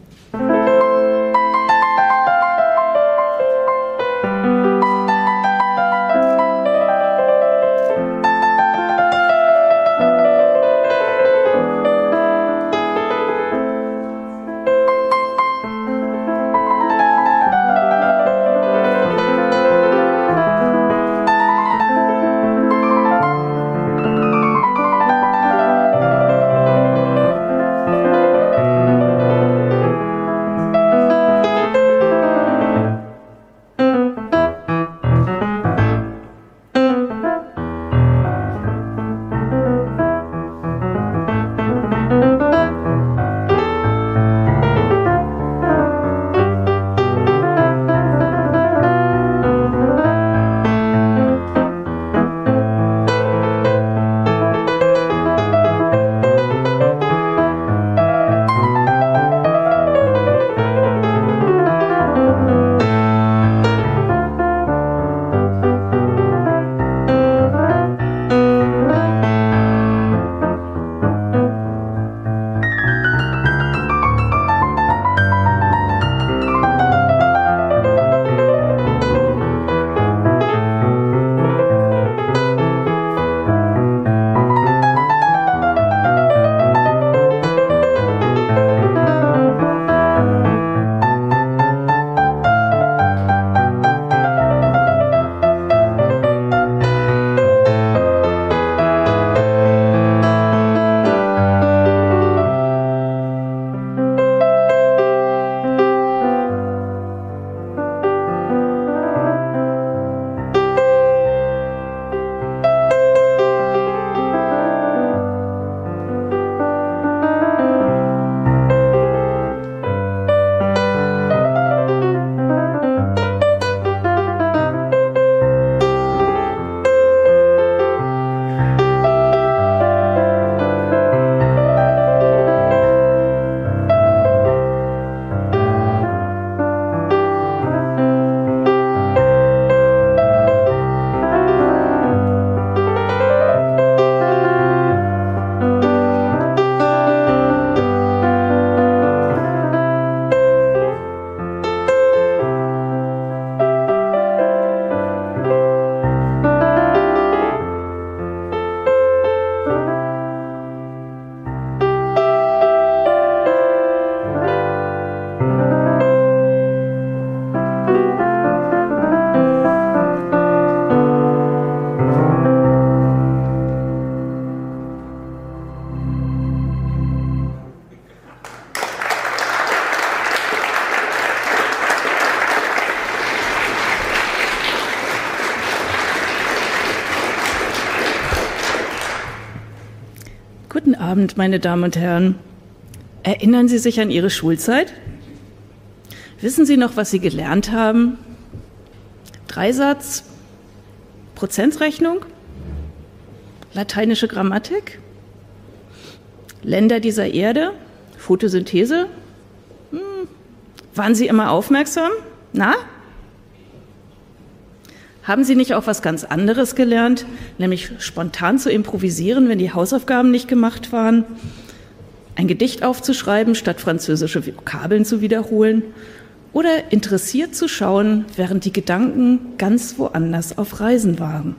Guten Abend, meine Damen und Herren. Erinnern Sie sich an Ihre Schulzeit? Wissen Sie noch, was Sie gelernt haben? Dreisatz? Prozentrechnung? Lateinische Grammatik? Länder dieser Erde? Photosynthese? Waren Sie immer aufmerksam? Na? Haben Sie nicht auch was ganz anderes gelernt, nämlich spontan zu improvisieren, wenn die Hausaufgaben nicht gemacht waren? Ein Gedicht aufzuschreiben, statt französische Vokabeln zu wiederholen? Oder interessiert zu schauen, während die Gedanken ganz woanders auf Reisen waren?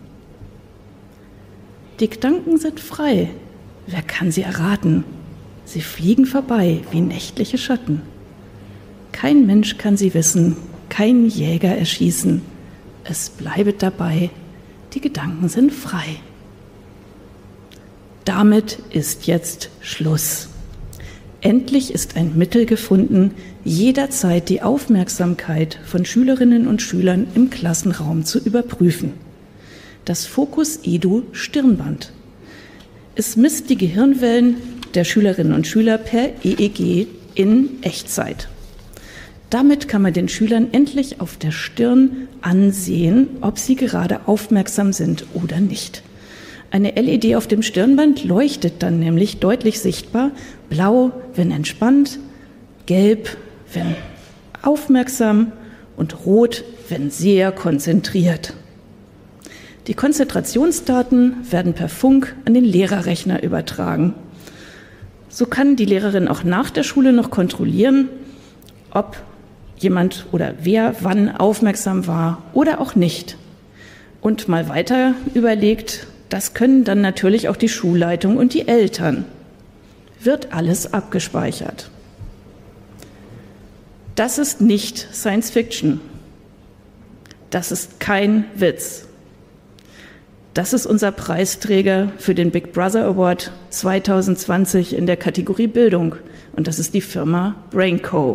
Die Gedanken sind frei. Wer kann sie erraten? Sie fliegen vorbei wie nächtliche Schatten. Kein Mensch kann sie wissen, kein Jäger erschießen. Es bleibet dabei, die Gedanken sind frei. Damit ist jetzt Schluss. Endlich ist ein Mittel gefunden, jederzeit die Aufmerksamkeit von Schülerinnen und Schülern im Klassenraum zu überprüfen. Das Focus Edu Stirnband. Es misst die Gehirnwellen der Schülerinnen und Schüler per EEG in Echtzeit. Damit kann man den Schülern endlich auf der Stirn ansehen, ob sie gerade aufmerksam sind oder nicht. Eine LED auf dem Stirnband leuchtet dann nämlich deutlich sichtbar, blau, wenn entspannt, gelb, wenn aufmerksam und rot, wenn sehr konzentriert. Die Konzentrationsdaten werden per Funk an den Lehrerrechner übertragen. So kann die Lehrerin auch nach der Schule noch kontrollieren, ob jemand oder wer wann aufmerksam war oder auch nicht. Und mal weiter überlegt, das können dann natürlich auch die Schulleitung und die Eltern. Wird alles abgespeichert. Das ist nicht Science Fiction. Das ist kein Witz. Das ist unser Preisträger für den Big Brother Award 2020 in der Kategorie Bildung. Und das ist die Firma Brainco.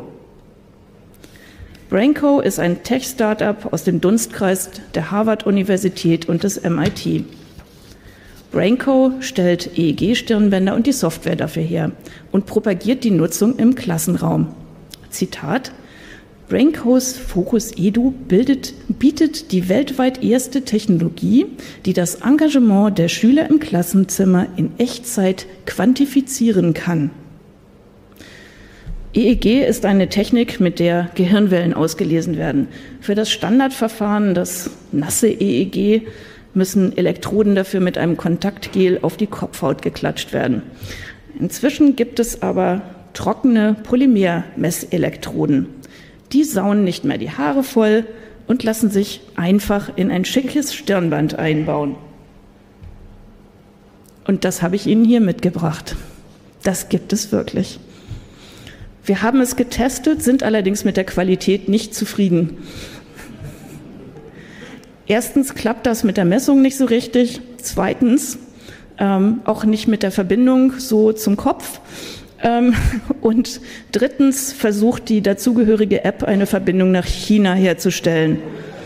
Brainco ist ein Tech-Startup aus dem Dunstkreis der Harvard-Universität und des MIT. Brainco stellt EEG-Stirnbänder und die Software dafür her und propagiert die Nutzung im Klassenraum. Zitat: Braincos Focus Edu bietet die weltweit erste Technologie, die das Engagement der Schüler im Klassenzimmer in Echtzeit quantifizieren kann. EEG ist eine Technik, mit der Gehirnwellen ausgelesen werden. Für das Standardverfahren, das nasse EEG, müssen Elektroden dafür mit einem Kontaktgel auf die Kopfhaut geklatscht werden. Inzwischen gibt es aber trockene Polymer-Messelektroden. Die sauen nicht mehr die Haare voll und lassen sich einfach in ein schickes Stirnband einbauen. Und das habe ich Ihnen hier mitgebracht. Das gibt es wirklich. Wir haben es getestet, sind allerdings mit der Qualität nicht zufrieden. Erstens klappt das mit der Messung nicht so richtig. Zweitens auch nicht mit der Verbindung so zum Kopf. Und drittens versucht die dazugehörige App eine Verbindung nach China herzustellen.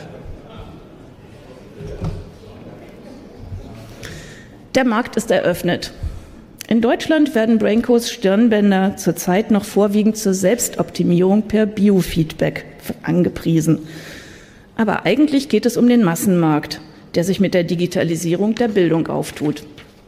Der Markt ist eröffnet. In Deutschland werden Braincos Stirnbänder zurzeit noch vorwiegend zur Selbstoptimierung per Biofeedback angepriesen. Aber eigentlich geht es um den Massenmarkt, der sich mit der Digitalisierung der Bildung auftut.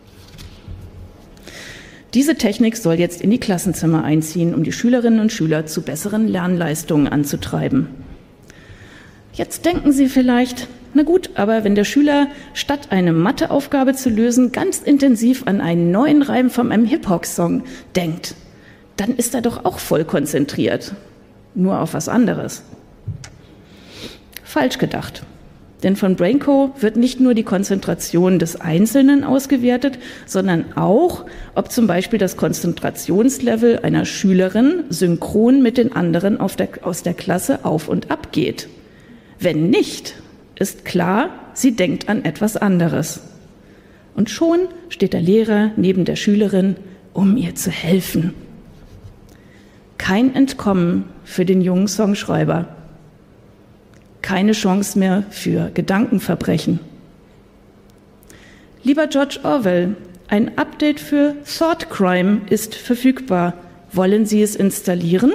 Diese Technik soll jetzt in die Klassenzimmer einziehen, um die Schülerinnen und Schüler zu besseren Lernleistungen anzutreiben. Jetzt denken Sie vielleicht, na gut, aber wenn der Schüler statt eine Matheaufgabe zu lösen ganz intensiv an einen neuen Reim von einem Hip-Hop-Song denkt, dann ist er doch auch voll konzentriert. Nur auf was anderes. Falsch gedacht. Denn von Brainco wird nicht nur die Konzentration des Einzelnen ausgewertet, sondern auch, ob zum Beispiel das Konzentrationslevel einer Schülerin synchron mit den anderen aus der Klasse auf und ab geht. Wenn nicht, ist klar, sie denkt an etwas anderes. Und schon steht der Lehrer neben der Schülerin, um ihr zu helfen. Kein Entkommen für den jungen Songschreiber. Keine Chance mehr für Gedankenverbrechen. Lieber George Orwell, Ein Update für ThoughtCrime ist verfügbar. Wollen Sie es installieren?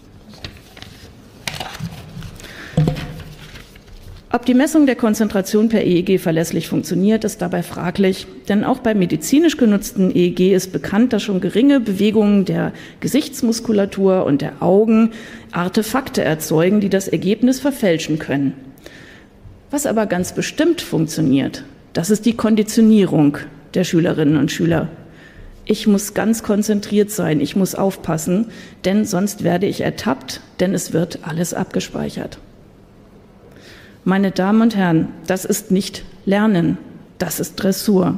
Ob die Messung der Konzentration per EEG verlässlich funktioniert, ist dabei fraglich, denn auch beim medizinisch genutzten EEG ist bekannt, dass schon geringe Bewegungen der Gesichtsmuskulatur und der Augen Artefakte erzeugen, die das Ergebnis verfälschen können. Was aber ganz bestimmt funktioniert, das ist die Konditionierung der Schülerinnen und Schüler. Ich muss ganz konzentriert sein, ich muss aufpassen, denn sonst werde ich ertappt, denn es wird alles abgespeichert. Meine Damen und Herren, das ist nicht Lernen, das ist Dressur.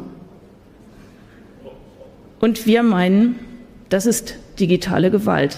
Und wir meinen, das ist digitale Gewalt.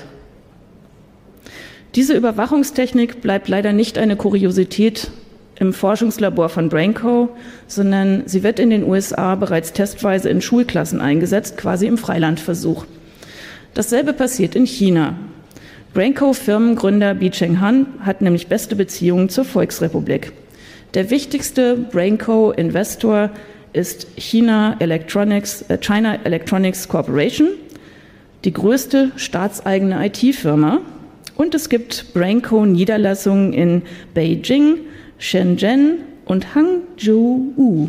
Diese Überwachungstechnik bleibt leider nicht eine Kuriosität im Forschungslabor von BrainCo, sondern sie wird in den USA bereits testweise in Schulklassen eingesetzt, quasi im Freilandversuch. Dasselbe passiert in China. BrainCo-Firmengründer Bi-Cheng Han hat nämlich beste Beziehungen zur Volksrepublik. Der wichtigste BrainCo-Investor ist China Electronics Corporation, die größte staatseigene IT-Firma. Und es gibt BrainCo-Niederlassungen in Beijing, Shenzhen und Hangzhou.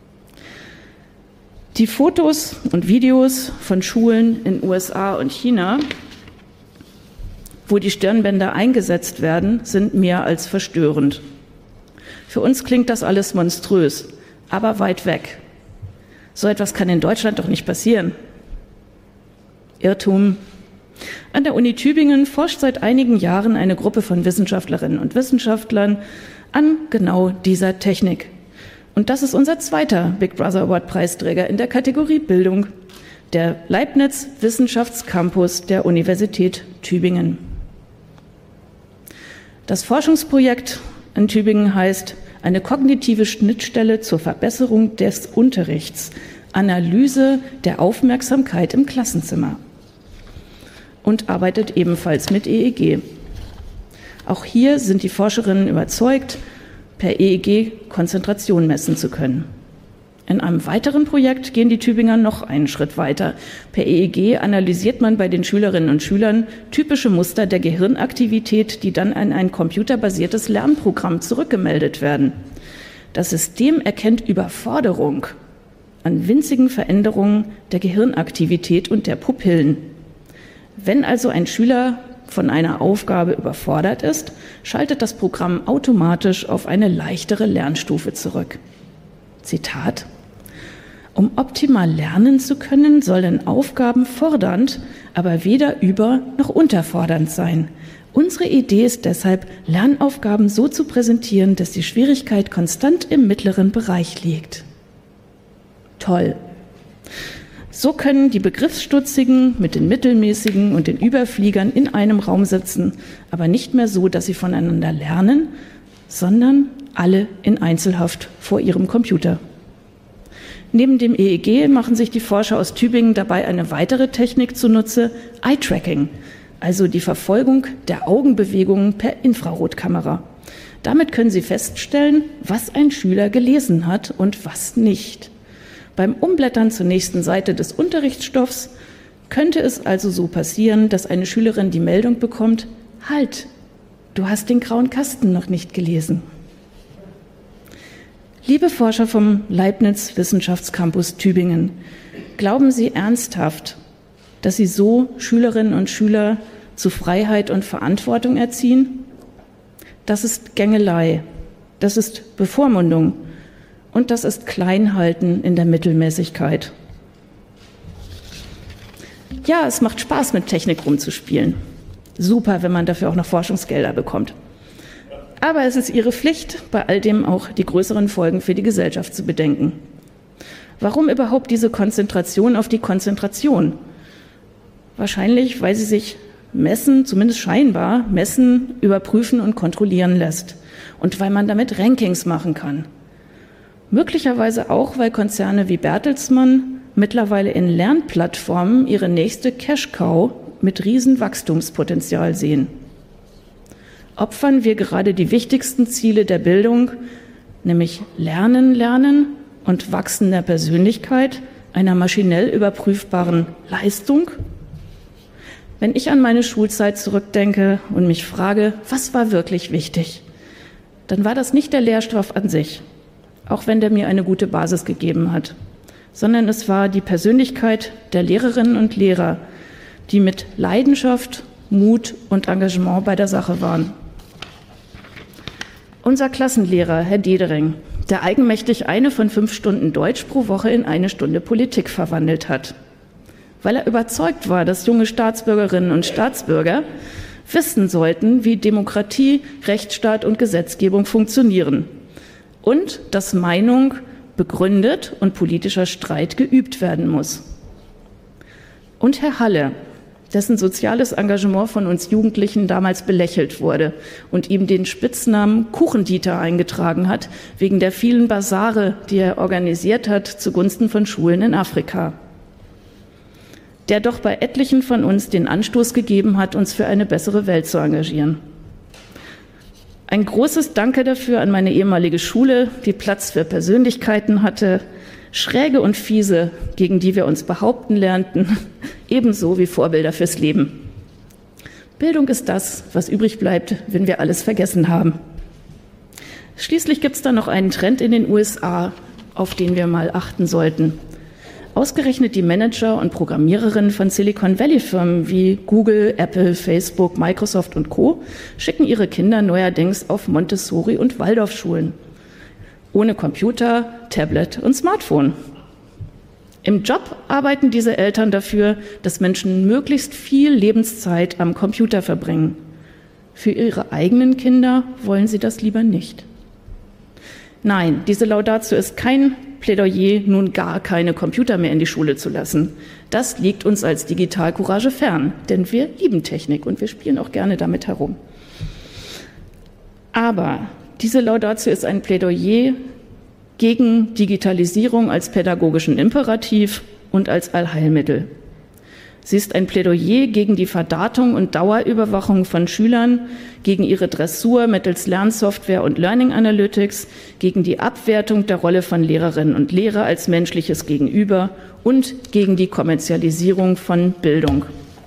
Die Fotos und Videos von Schulen in USA und China, wo die Stirnbänder eingesetzt werden, sind mehr als verstörend. Für uns klingt das alles monströs, aber weit weg. So etwas kann in Deutschland doch nicht passieren. Irrtum. An der Uni Tübingen forscht seit einigen Jahren eine Gruppe von Wissenschaftlerinnen und Wissenschaftlern an genau dieser Technik. Und das ist unser zweiter Big Brother Award Preisträger in der Kategorie Bildung, der Leibniz Wissenschaftscampus der Universität Tübingen. Das Forschungsprojekt in Tübingen heißt eine kognitive Schnittstelle zur Verbesserung des Unterrichts, Analyse der Aufmerksamkeit im Klassenzimmer und arbeitet ebenfalls mit EEG. Auch hier sind die Forscherinnen überzeugt, per EEG Konzentration messen zu können. In einem weiteren Projekt gehen die Tübinger noch einen Schritt weiter. Per EEG analysiert man bei den Schülerinnen und Schülern typische Muster der Gehirnaktivität, die dann an ein computerbasiertes Lernprogramm zurückgemeldet werden. Das System erkennt Überforderung an winzigen Veränderungen der Gehirnaktivität und der Pupillen. Wenn also ein Schüler von einer Aufgabe überfordert ist, schaltet das Programm automatisch auf eine leichtere Lernstufe zurück. Zitat: Um optimal lernen zu können, sollen Aufgaben fordernd, aber weder über- noch unterfordernd sein. Unsere Idee ist deshalb, Lernaufgaben so zu präsentieren, dass die Schwierigkeit konstant im mittleren Bereich liegt. Toll. So können die Begriffsstutzigen mit den Mittelmäßigen und den Überfliegern in einem Raum sitzen, aber nicht mehr so, dass sie voneinander lernen, sondern alle in Einzelhaft vor ihrem Computer. Neben dem EEG machen sich die Forscher aus Tübingen dabei eine weitere Technik zunutze, Eye-Tracking, also die Verfolgung der Augenbewegungen per Infrarotkamera. Damit können sie feststellen, was ein Schüler gelesen hat und was nicht. Beim Umblättern zur nächsten Seite des Unterrichtsstoffs könnte es also so passieren, dass eine Schülerin die Meldung bekommt: Halt, du hast den grauen Kasten noch nicht gelesen. Liebe Forscher vom Leibniz Wissenschaftscampus Tübingen, glauben Sie ernsthaft, dass Sie so Schülerinnen und Schüler zu Freiheit und Verantwortung erziehen? Das ist Gängelei, das ist Bevormundung und das ist Kleinhalten in der Mittelmäßigkeit. Ja, es macht Spaß, mit Technik rumzuspielen. Super, wenn man dafür auch noch Forschungsgelder bekommt. Aber es ist Ihre Pflicht, bei all dem auch die größeren Folgen für die Gesellschaft zu bedenken. Warum überhaupt diese Konzentration auf die Konzentration? Wahrscheinlich, weil sie sich messen, zumindest scheinbar, messen, überprüfen und kontrollieren lässt. Und weil man damit Rankings machen kann. Möglicherweise auch, weil Konzerne wie Bertelsmann mittlerweile in Lernplattformen ihre nächste Cash-Cow mit Riesenwachstumspotenzial sehen. Opfern wir gerade die wichtigsten Ziele der Bildung, nämlich Lernen und Wachsen der Persönlichkeit, einer maschinell überprüfbaren Leistung? Wenn ich an meine Schulzeit zurückdenke und mich frage, was war wirklich wichtig, dann war das nicht der Lehrstoff an sich, auch wenn der mir eine gute Basis gegeben hat, sondern es war die Persönlichkeit der Lehrerinnen und Lehrer, die mit Leidenschaft, Mut und Engagement bei der Sache waren. Unser Klassenlehrer, Herr Dedering, der eigenmächtig eine von 5 Stunden Deutsch pro Woche in 1 Stunde Politik verwandelt hat, weil er überzeugt war, dass junge Staatsbürgerinnen und Staatsbürger wissen sollten, wie Demokratie, Rechtsstaat und Gesetzgebung funktionieren und dass Meinung begründet und politischer Streit geübt werden muss. Und Herr Halle, dessen soziales Engagement von uns Jugendlichen damals belächelt wurde und ihm den Spitznamen Kuchendieter eingetragen hat, wegen der vielen Basare, die er organisiert hat zugunsten von Schulen in Afrika. Der doch bei etlichen von uns den Anstoß gegeben hat, uns für eine bessere Welt zu engagieren. Ein großes Danke dafür an meine ehemalige Schule, die Platz für Persönlichkeiten hatte, schräge und fiese, gegen die wir uns behaupten lernten, ebenso wie Vorbilder fürs Leben. Bildung ist das, was übrig bleibt, wenn wir alles vergessen haben. Schließlich gibt es da noch einen Trend in den USA, auf den wir mal achten sollten. Ausgerechnet die Manager und Programmiererinnen von Silicon Valley-Firmen wie Google, Apple, Facebook, Microsoft und Co. schicken ihre Kinder neuerdings auf Montessori- und Waldorfschulen. Ohne Computer, Tablet und Smartphone. Im Job arbeiten diese Eltern dafür, dass Menschen möglichst viel Lebenszeit am Computer verbringen. Für ihre eigenen Kinder wollen sie das lieber nicht. Nein, diese Laudatio ist kein Plädoyer, nun gar keine Computer mehr in die Schule zu lassen. Das liegt uns als Digitalcourage fern, denn wir lieben Technik und wir spielen auch gerne damit herum. Aber diese Laudatio ist ein Plädoyer gegen Digitalisierung als pädagogischen Imperativ und als Allheilmittel. Sie ist ein Plädoyer gegen die Verdatung und Dauerüberwachung von Schülern, gegen ihre Dressur mittels Lernsoftware und Learning Analytics, gegen die Abwertung der Rolle von Lehrerinnen und Lehrer als menschliches Gegenüber und gegen die Kommerzialisierung von Bildung.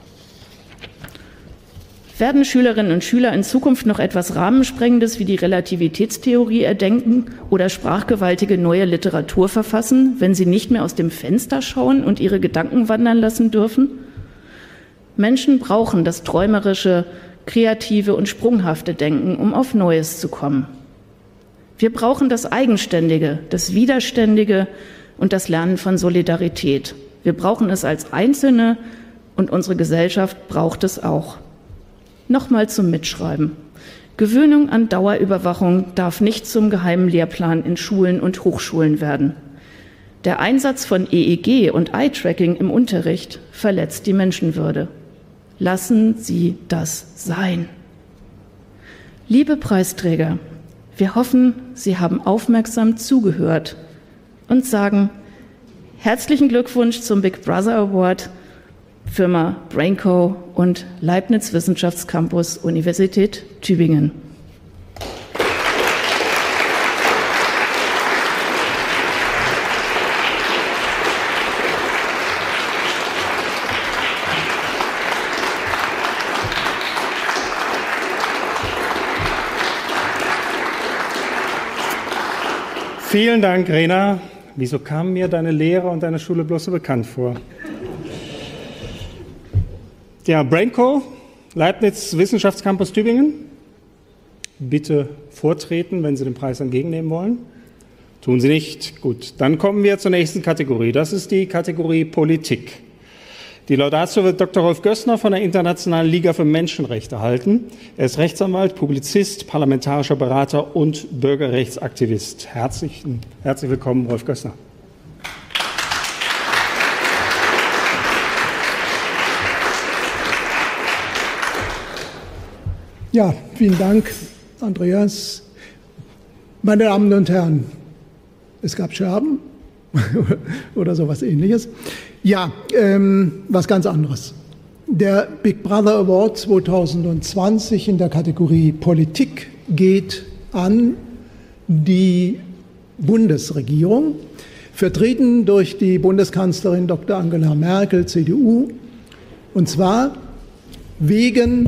Werden Schülerinnen und Schüler in Zukunft noch etwas Rahmensprengendes wie die Relativitätstheorie erdenken oder sprachgewaltige neue Literatur verfassen, wenn sie nicht mehr aus dem Fenster schauen und ihre Gedanken wandern lassen dürfen? Menschen brauchen das träumerische, kreative und sprunghafte Denken, um auf Neues zu kommen. Wir brauchen das Eigenständige, das Widerständige und das Lernen von Solidarität. Wir brauchen es als Einzelne und unsere Gesellschaft braucht es auch. Nochmal zum Mitschreiben. Gewöhnung an Dauerüberwachung darf nicht zum geheimen Lehrplan in Schulen und Hochschulen werden. Der Einsatz von EEG und Eye-Tracking im Unterricht verletzt die Menschenwürde. Lassen Sie das sein. Liebe Preisträger, wir hoffen, Sie haben aufmerksam zugehört und sagen herzlichen Glückwunsch zum Big Brother Award Firma Brainco und Leibniz Wissenschaftscampus Universität Tübingen. Vielen Dank, Rena. Wieso kamen mir deine Lehre und deine Schule bloß so bekannt vor? Ja, Brainco, Leibniz Wissenschaftscampus Tübingen. Bitte vortreten, wenn Sie den Preis entgegennehmen wollen. Tun Sie nicht? Gut, dann kommen wir zur nächsten Kategorie. Das ist die Kategorie Politik. Die Laudatio wird Dr. Rolf Gössner von der Internationalen Liga für Menschenrechte halten. Er ist Rechtsanwalt, Publizist, parlamentarischer Berater und Bürgerrechtsaktivist. Herzlich willkommen, Rolf Gössner. Ja, vielen Dank, Andreas. Meine Damen und Herren, es gab Scherben oder sowas Ähnliches. Ja, was ganz anderes. Der Big Brother Award 2020 in der Kategorie Politik geht an die Bundesregierung. vertreten durch die Bundeskanzlerin Dr. Angela Merkel, CDU, und zwar wegen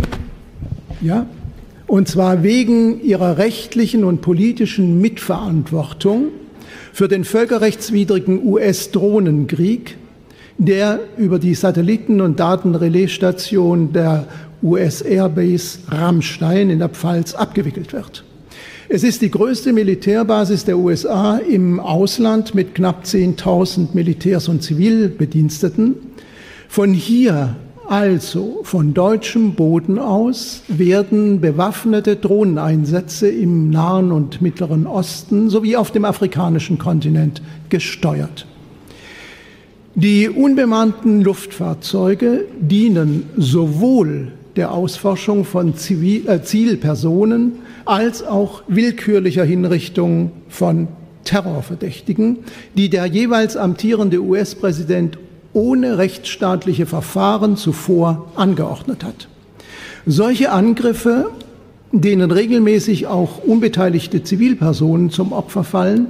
ihrer rechtlichen und politischen Mitverantwortung für den völkerrechtswidrigen US-Drohnenkrieg, der über die Satelliten- und Datenrelaisstation der US-Airbase Ramstein in der Pfalz abgewickelt wird. Es ist die größte Militärbasis der USA im Ausland mit knapp 10.000 Militärs und Zivilbediensteten. Von hier, also von deutschem Boden aus, werden bewaffnete Drohneneinsätze im Nahen und Mittleren Osten sowie auf dem afrikanischen Kontinent gesteuert. Die unbemannten Luftfahrzeuge dienen sowohl der Ausforschung von Zielpersonen als auch willkürlicher Hinrichtung von Terrorverdächtigen, die der jeweils amtierende US-Präsident ohne rechtsstaatliche Verfahren zuvor angeordnet hat. Solche Angriffe, denen regelmäßig auch unbeteiligte Zivilpersonen zum Opfer fallen,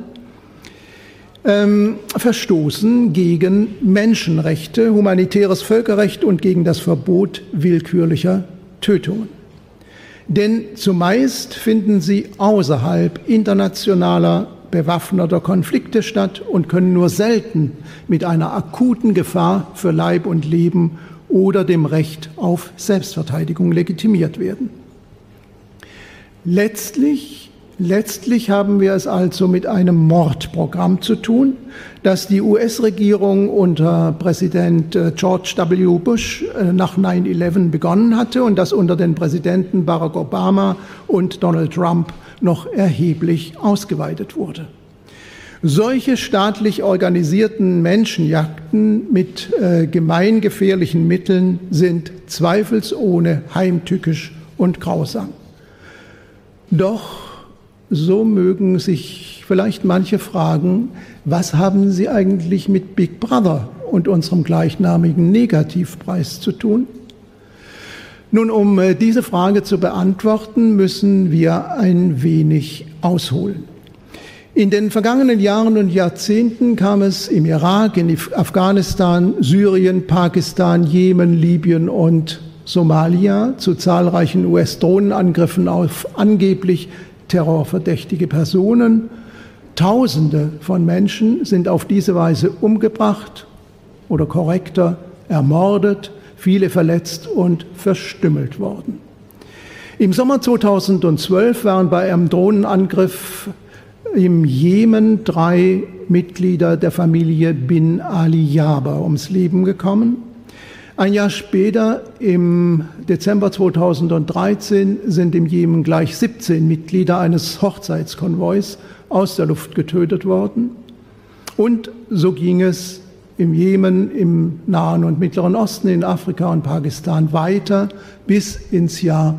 verstoßen gegen Menschenrechte, humanitäres Völkerrecht und gegen das Verbot willkürlicher Tötungen. Denn zumeist finden sie außerhalb internationaler bewaffneter Konflikte statt und können nur selten mit einer akuten Gefahr für Leib und Leben oder dem Recht auf Selbstverteidigung legitimiert werden. Letztlich haben wir es also mit einem Mordprogramm zu tun, das die US-Regierung unter Präsident George W. Bush nach 9/11 begonnen hatte und das unter den Präsidenten Barack Obama und Donald Trump noch erheblich ausgeweitet wurde. Solche staatlich organisierten Menschenjagden mit gemeingefährlichen Mitteln sind zweifelsohne heimtückisch und grausam. Doch so mögen sich vielleicht manche fragen, was haben sie eigentlich mit Big Brother und unserem gleichnamigen Negativpreis zu tun? Nun, um diese Frage zu beantworten, müssen wir ein wenig ausholen. In den vergangenen Jahren und Jahrzehnten kam es im Irak, in Afghanistan, Syrien, Pakistan, Jemen, Libyen und Somalia zu zahlreichen US-Drohnenangriffen auf angeblich terrorverdächtige Personen. Tausende von Menschen sind auf diese Weise umgebracht oder korrekter ermordet, viele verletzt und verstümmelt worden. Im Sommer 2012 waren bei einem Drohnenangriff im Jemen 3 Mitglieder der Familie Bin Ali Jaber ums Leben gekommen. Ein Jahr später, im Dezember 2013, sind im Jemen gleich 17 Mitglieder eines Hochzeitskonvois aus der Luft getötet worden. Und so ging es im Jemen, im Nahen und Mittleren Osten, in Afrika und Pakistan weiter bis ins Jahr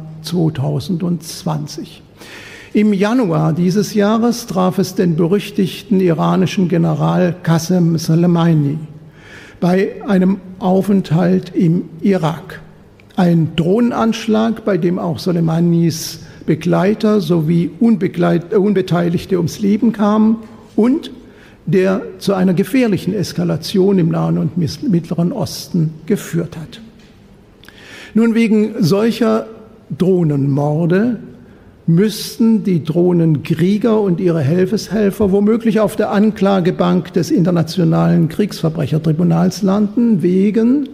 2020. Im Januar dieses Jahres traf es den berüchtigten iranischen General Qasem Soleimani bei einem Aufenthalt im Irak. Ein Drohnenanschlag, bei dem auch Soleimanis Begleiter sowie Unbeteiligte ums Leben kamen und der zu einer gefährlichen Eskalation im Nahen und Mittleren Osten geführt hat. Nun, wegen solcher Drohnenmorde müssten die Drohnenkrieger und ihre Helfershelfer womöglich auf der Anklagebank des Internationalen Kriegsverbrechertribunals landen, wegen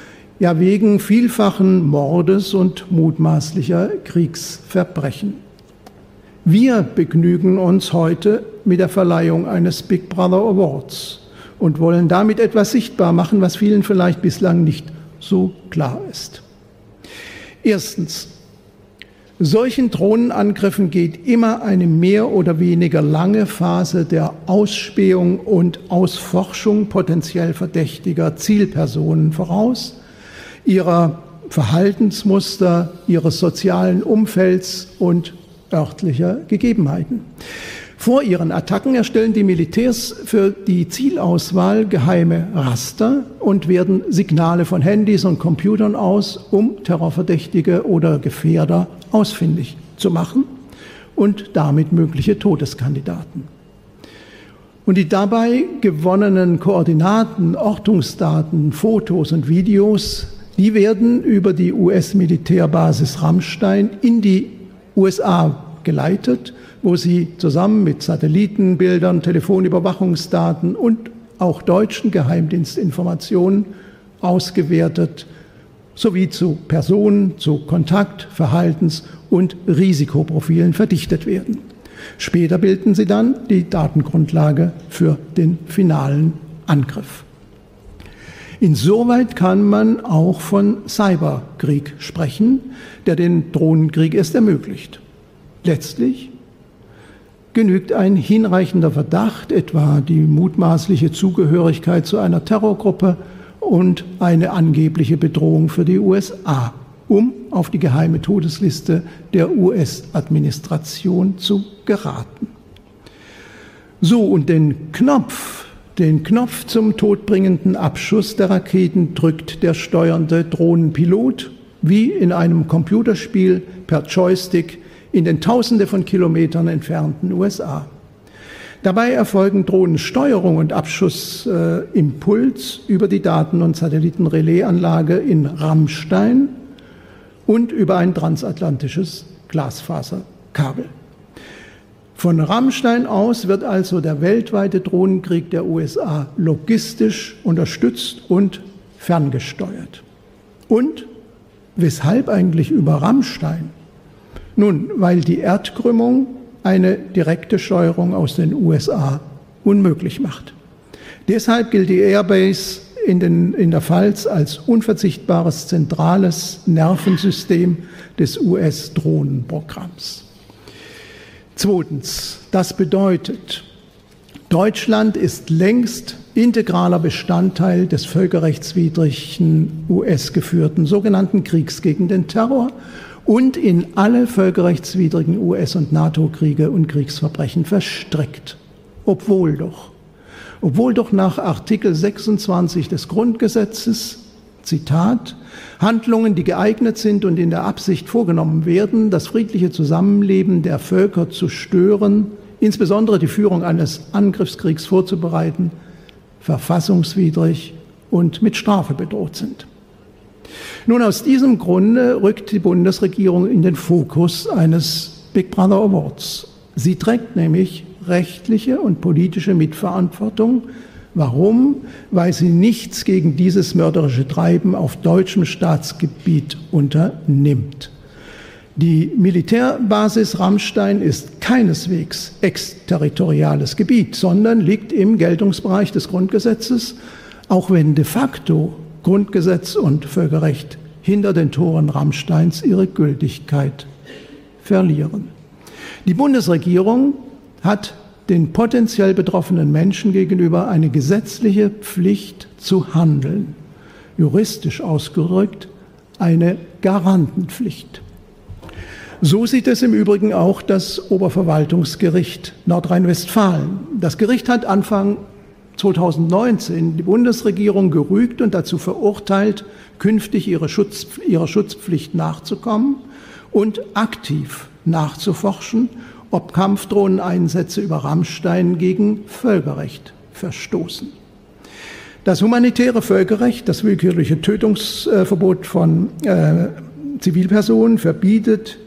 vielfachen Mordes und mutmaßlicher Kriegsverbrechen. Wir begnügen uns heute mit der Verleihung eines Big Brother Awards und wollen damit etwas sichtbar machen, was vielen vielleicht bislang nicht so klar ist. Erstens: Solchen Drohnenangriffen geht immer eine mehr oder weniger lange Phase der Ausspähung und Ausforschung potenziell verdächtiger Zielpersonen voraus, ihrer Verhaltensmuster, ihres sozialen Umfelds und örtlicher Gegebenheiten. Vor ihren Attacken erstellen die Militärs für die Zielauswahl geheime Raster und werten Signale von Handys und Computern aus, um Terrorverdächtige oder Gefährder ausfindig zu machen und damit mögliche Todeskandidaten. Und die dabei gewonnenen Koordinaten, Ortungsdaten, Fotos und Videos, die werden über die US-Militärbasis Ramstein in die USA geleitet, wo sie zusammen mit Satellitenbildern, Telefonüberwachungsdaten und auch deutschen Geheimdienstinformationen ausgewertet sowie zu Personen, zu Kontakt-, Verhaltens- und Risikoprofilen verdichtet werden. Später bilden sie dann die Datengrundlage für den finalen Angriff. Insoweit kann man auch von Cyberkrieg sprechen, der den Drohnenkrieg erst ermöglicht. Letztlich genügt ein hinreichender Verdacht, etwa die mutmaßliche Zugehörigkeit zu einer Terrorgruppe und eine angebliche Bedrohung für die USA, um auf die geheime Todesliste der US-Administration zu geraten. So, und den Knopf zum todbringenden Abschuss der Raketen drückt der steuernde Drohnenpilot wie in einem Computerspiel per Joystick in den Tausende von Kilometern entfernten USA. Dabei erfolgen Drohnensteuerung und Abschussimpuls über die Daten- und Satellitenrelaisanlage in Ramstein und über ein transatlantisches Glasfaserkabel. Von Ramstein aus wird also der weltweite Drohnenkrieg der USA logistisch unterstützt und ferngesteuert. Und weshalb eigentlich über Ramstein? Nun, weil die Erdkrümmung eine direkte Steuerung aus den USA unmöglich macht. Deshalb gilt die Airbase in der Pfalz als unverzichtbares zentrales Nervensystem des US-Drohnenprogramms. Zweitens, das bedeutet, Deutschland ist längst integraler Bestandteil des völkerrechtswidrigen US-geführten sogenannten Kriegs gegen den Terror und in alle völkerrechtswidrigen US- und NATO-Kriege und Kriegsverbrechen verstrickt. Obwohl doch nach Artikel 26 des Grundgesetzes, Zitat, Handlungen, die geeignet sind und in der Absicht vorgenommen werden, das friedliche Zusammenleben der Völker zu stören, insbesondere die Führung eines Angriffskriegs vorzubereiten, verfassungswidrig und mit Strafe bedroht sind. Nun, aus diesem Grunde rückt die Bundesregierung in den Fokus eines Big Brother Awards. Sie trägt nämlich rechtliche und politische Mitverantwortung. Warum? Weil sie nichts gegen dieses mörderische Treiben auf deutschem Staatsgebiet unternimmt. Die Militärbasis Ramstein ist keineswegs exterritoriales Gebiet, sondern liegt im Geltungsbereich des Grundgesetzes, auch wenn de facto Grundgesetz und Völkerrecht hinter den Toren Ramsteins ihre Gültigkeit verlieren. Die Bundesregierung hat den potenziell betroffenen Menschen gegenüber eine gesetzliche Pflicht zu handeln. Juristisch ausgedrückt eine Garantenpflicht. So sieht es im Übrigen auch das Oberverwaltungsgericht Nordrhein-Westfalen. Das Gericht hat Anfang 2019 die Bundesregierung gerügt und dazu verurteilt, künftig ihrer Schutzpflicht nachzukommen und aktiv nachzuforschen, ob Kampfdrohneneinsätze über Ramstein gegen Völkerrecht verstoßen. Das humanitäre Völkerrecht, das willkürliche Tötungsverbot von Zivilpersonen verbietet,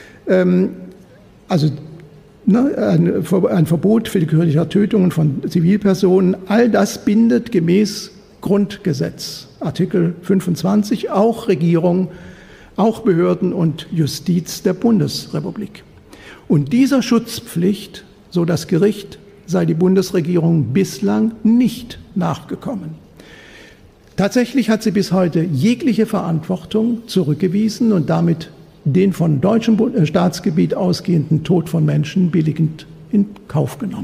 ein Verbot willkürlicher Tötungen von Zivilpersonen, all das bindet gemäß Grundgesetz, Artikel 25, auch Regierung, auch Behörden und Justiz der Bundesrepublik. Und dieser Schutzpflicht, so das Gericht, sei die Bundesregierung bislang nicht nachgekommen. Tatsächlich hat sie bis heute jegliche Verantwortung zurückgewiesen und damit den von deutschem Staatsgebiet ausgehenden Tod von Menschen billigend in Kauf genommen.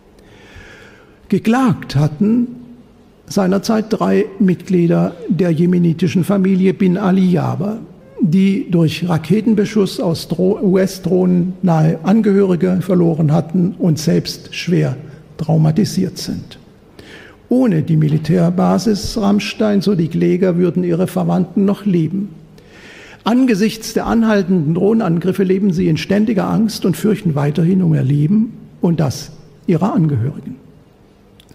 Geklagt hatten seinerzeit 3 Mitglieder der jemenitischen Familie Bin Ali Jaber, die durch Raketenbeschuss aus US-Drohnen nahe Angehörige verloren hatten und selbst schwer traumatisiert sind. Ohne die Militärbasis Ramstein, so die Kläger, würden ihre Verwandten noch leben. Angesichts der anhaltenden Drohnenangriffe leben sie in ständiger Angst und fürchten weiterhin um ihr Leben und das ihrer Angehörigen.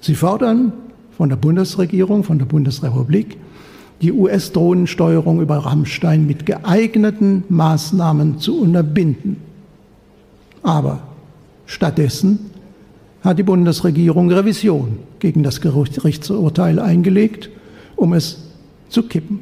Sie fordern von der Bundesregierung, von der Bundesrepublik, die US-Drohnensteuerung über Rammstein mit geeigneten Maßnahmen zu unterbinden. Aber stattdessen hat die Bundesregierung Revision gegen das Gerichtsurteil eingelegt, um es zu kippen.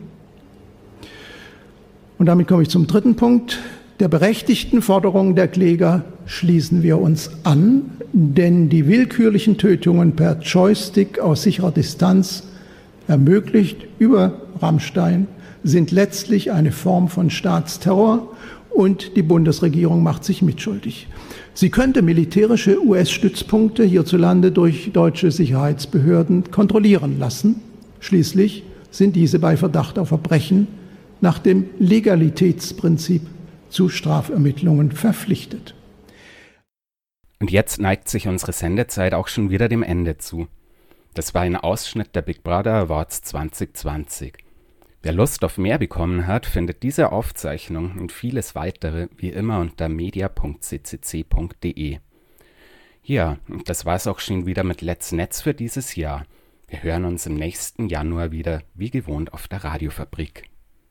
Und damit komme ich zum dritten Punkt. Der berechtigten Forderung der Kläger schließen wir uns an, denn die willkürlichen Tötungen per Joystick aus sicherer Distanz, ermöglicht über Rammstein, sind letztlich eine Form von Staatsterror und die Bundesregierung macht sich mitschuldig. Sie könnte militärische US-Stützpunkte hierzulande durch deutsche Sicherheitsbehörden kontrollieren lassen. Schließlich sind diese bei Verdacht auf Verbrechen nach dem Legalitätsprinzip zu Strafermittlungen verpflichtet. Und jetzt neigt sich unsere Sendezeit auch schon wieder dem Ende zu. Das war ein Ausschnitt der Big Brother Awards 2020. Wer Lust auf mehr bekommen hat, findet diese Aufzeichnung und vieles weitere wie immer unter media.ccc.de. Ja, und das war's auch schon wieder mit Let's Netz für dieses Jahr. Wir hören uns im nächsten Januar wieder, wie gewohnt, auf der Radiofabrik.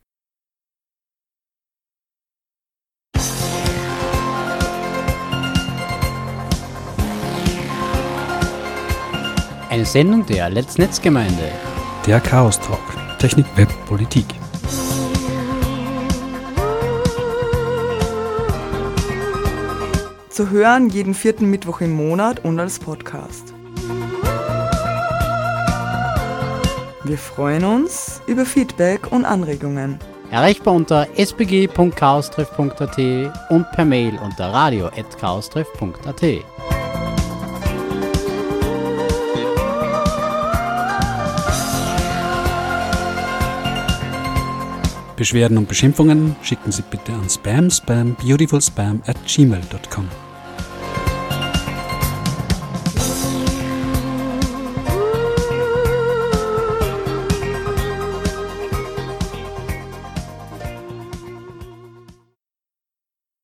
Eine Sendung der Let's Netz Gemeinde. Der Chaos Talk. Technik, Web, Politik. Zu hören jeden 4. Mittwoch im Monat und als Podcast. Wir freuen uns über Feedback und Anregungen. Erreichbar unter sbg.chaostreff.at und per Mail unter radio@chaostreff.at. Beschwerden und Beschimpfungen schicken Sie bitte an spambeautifulspam@gmail.com.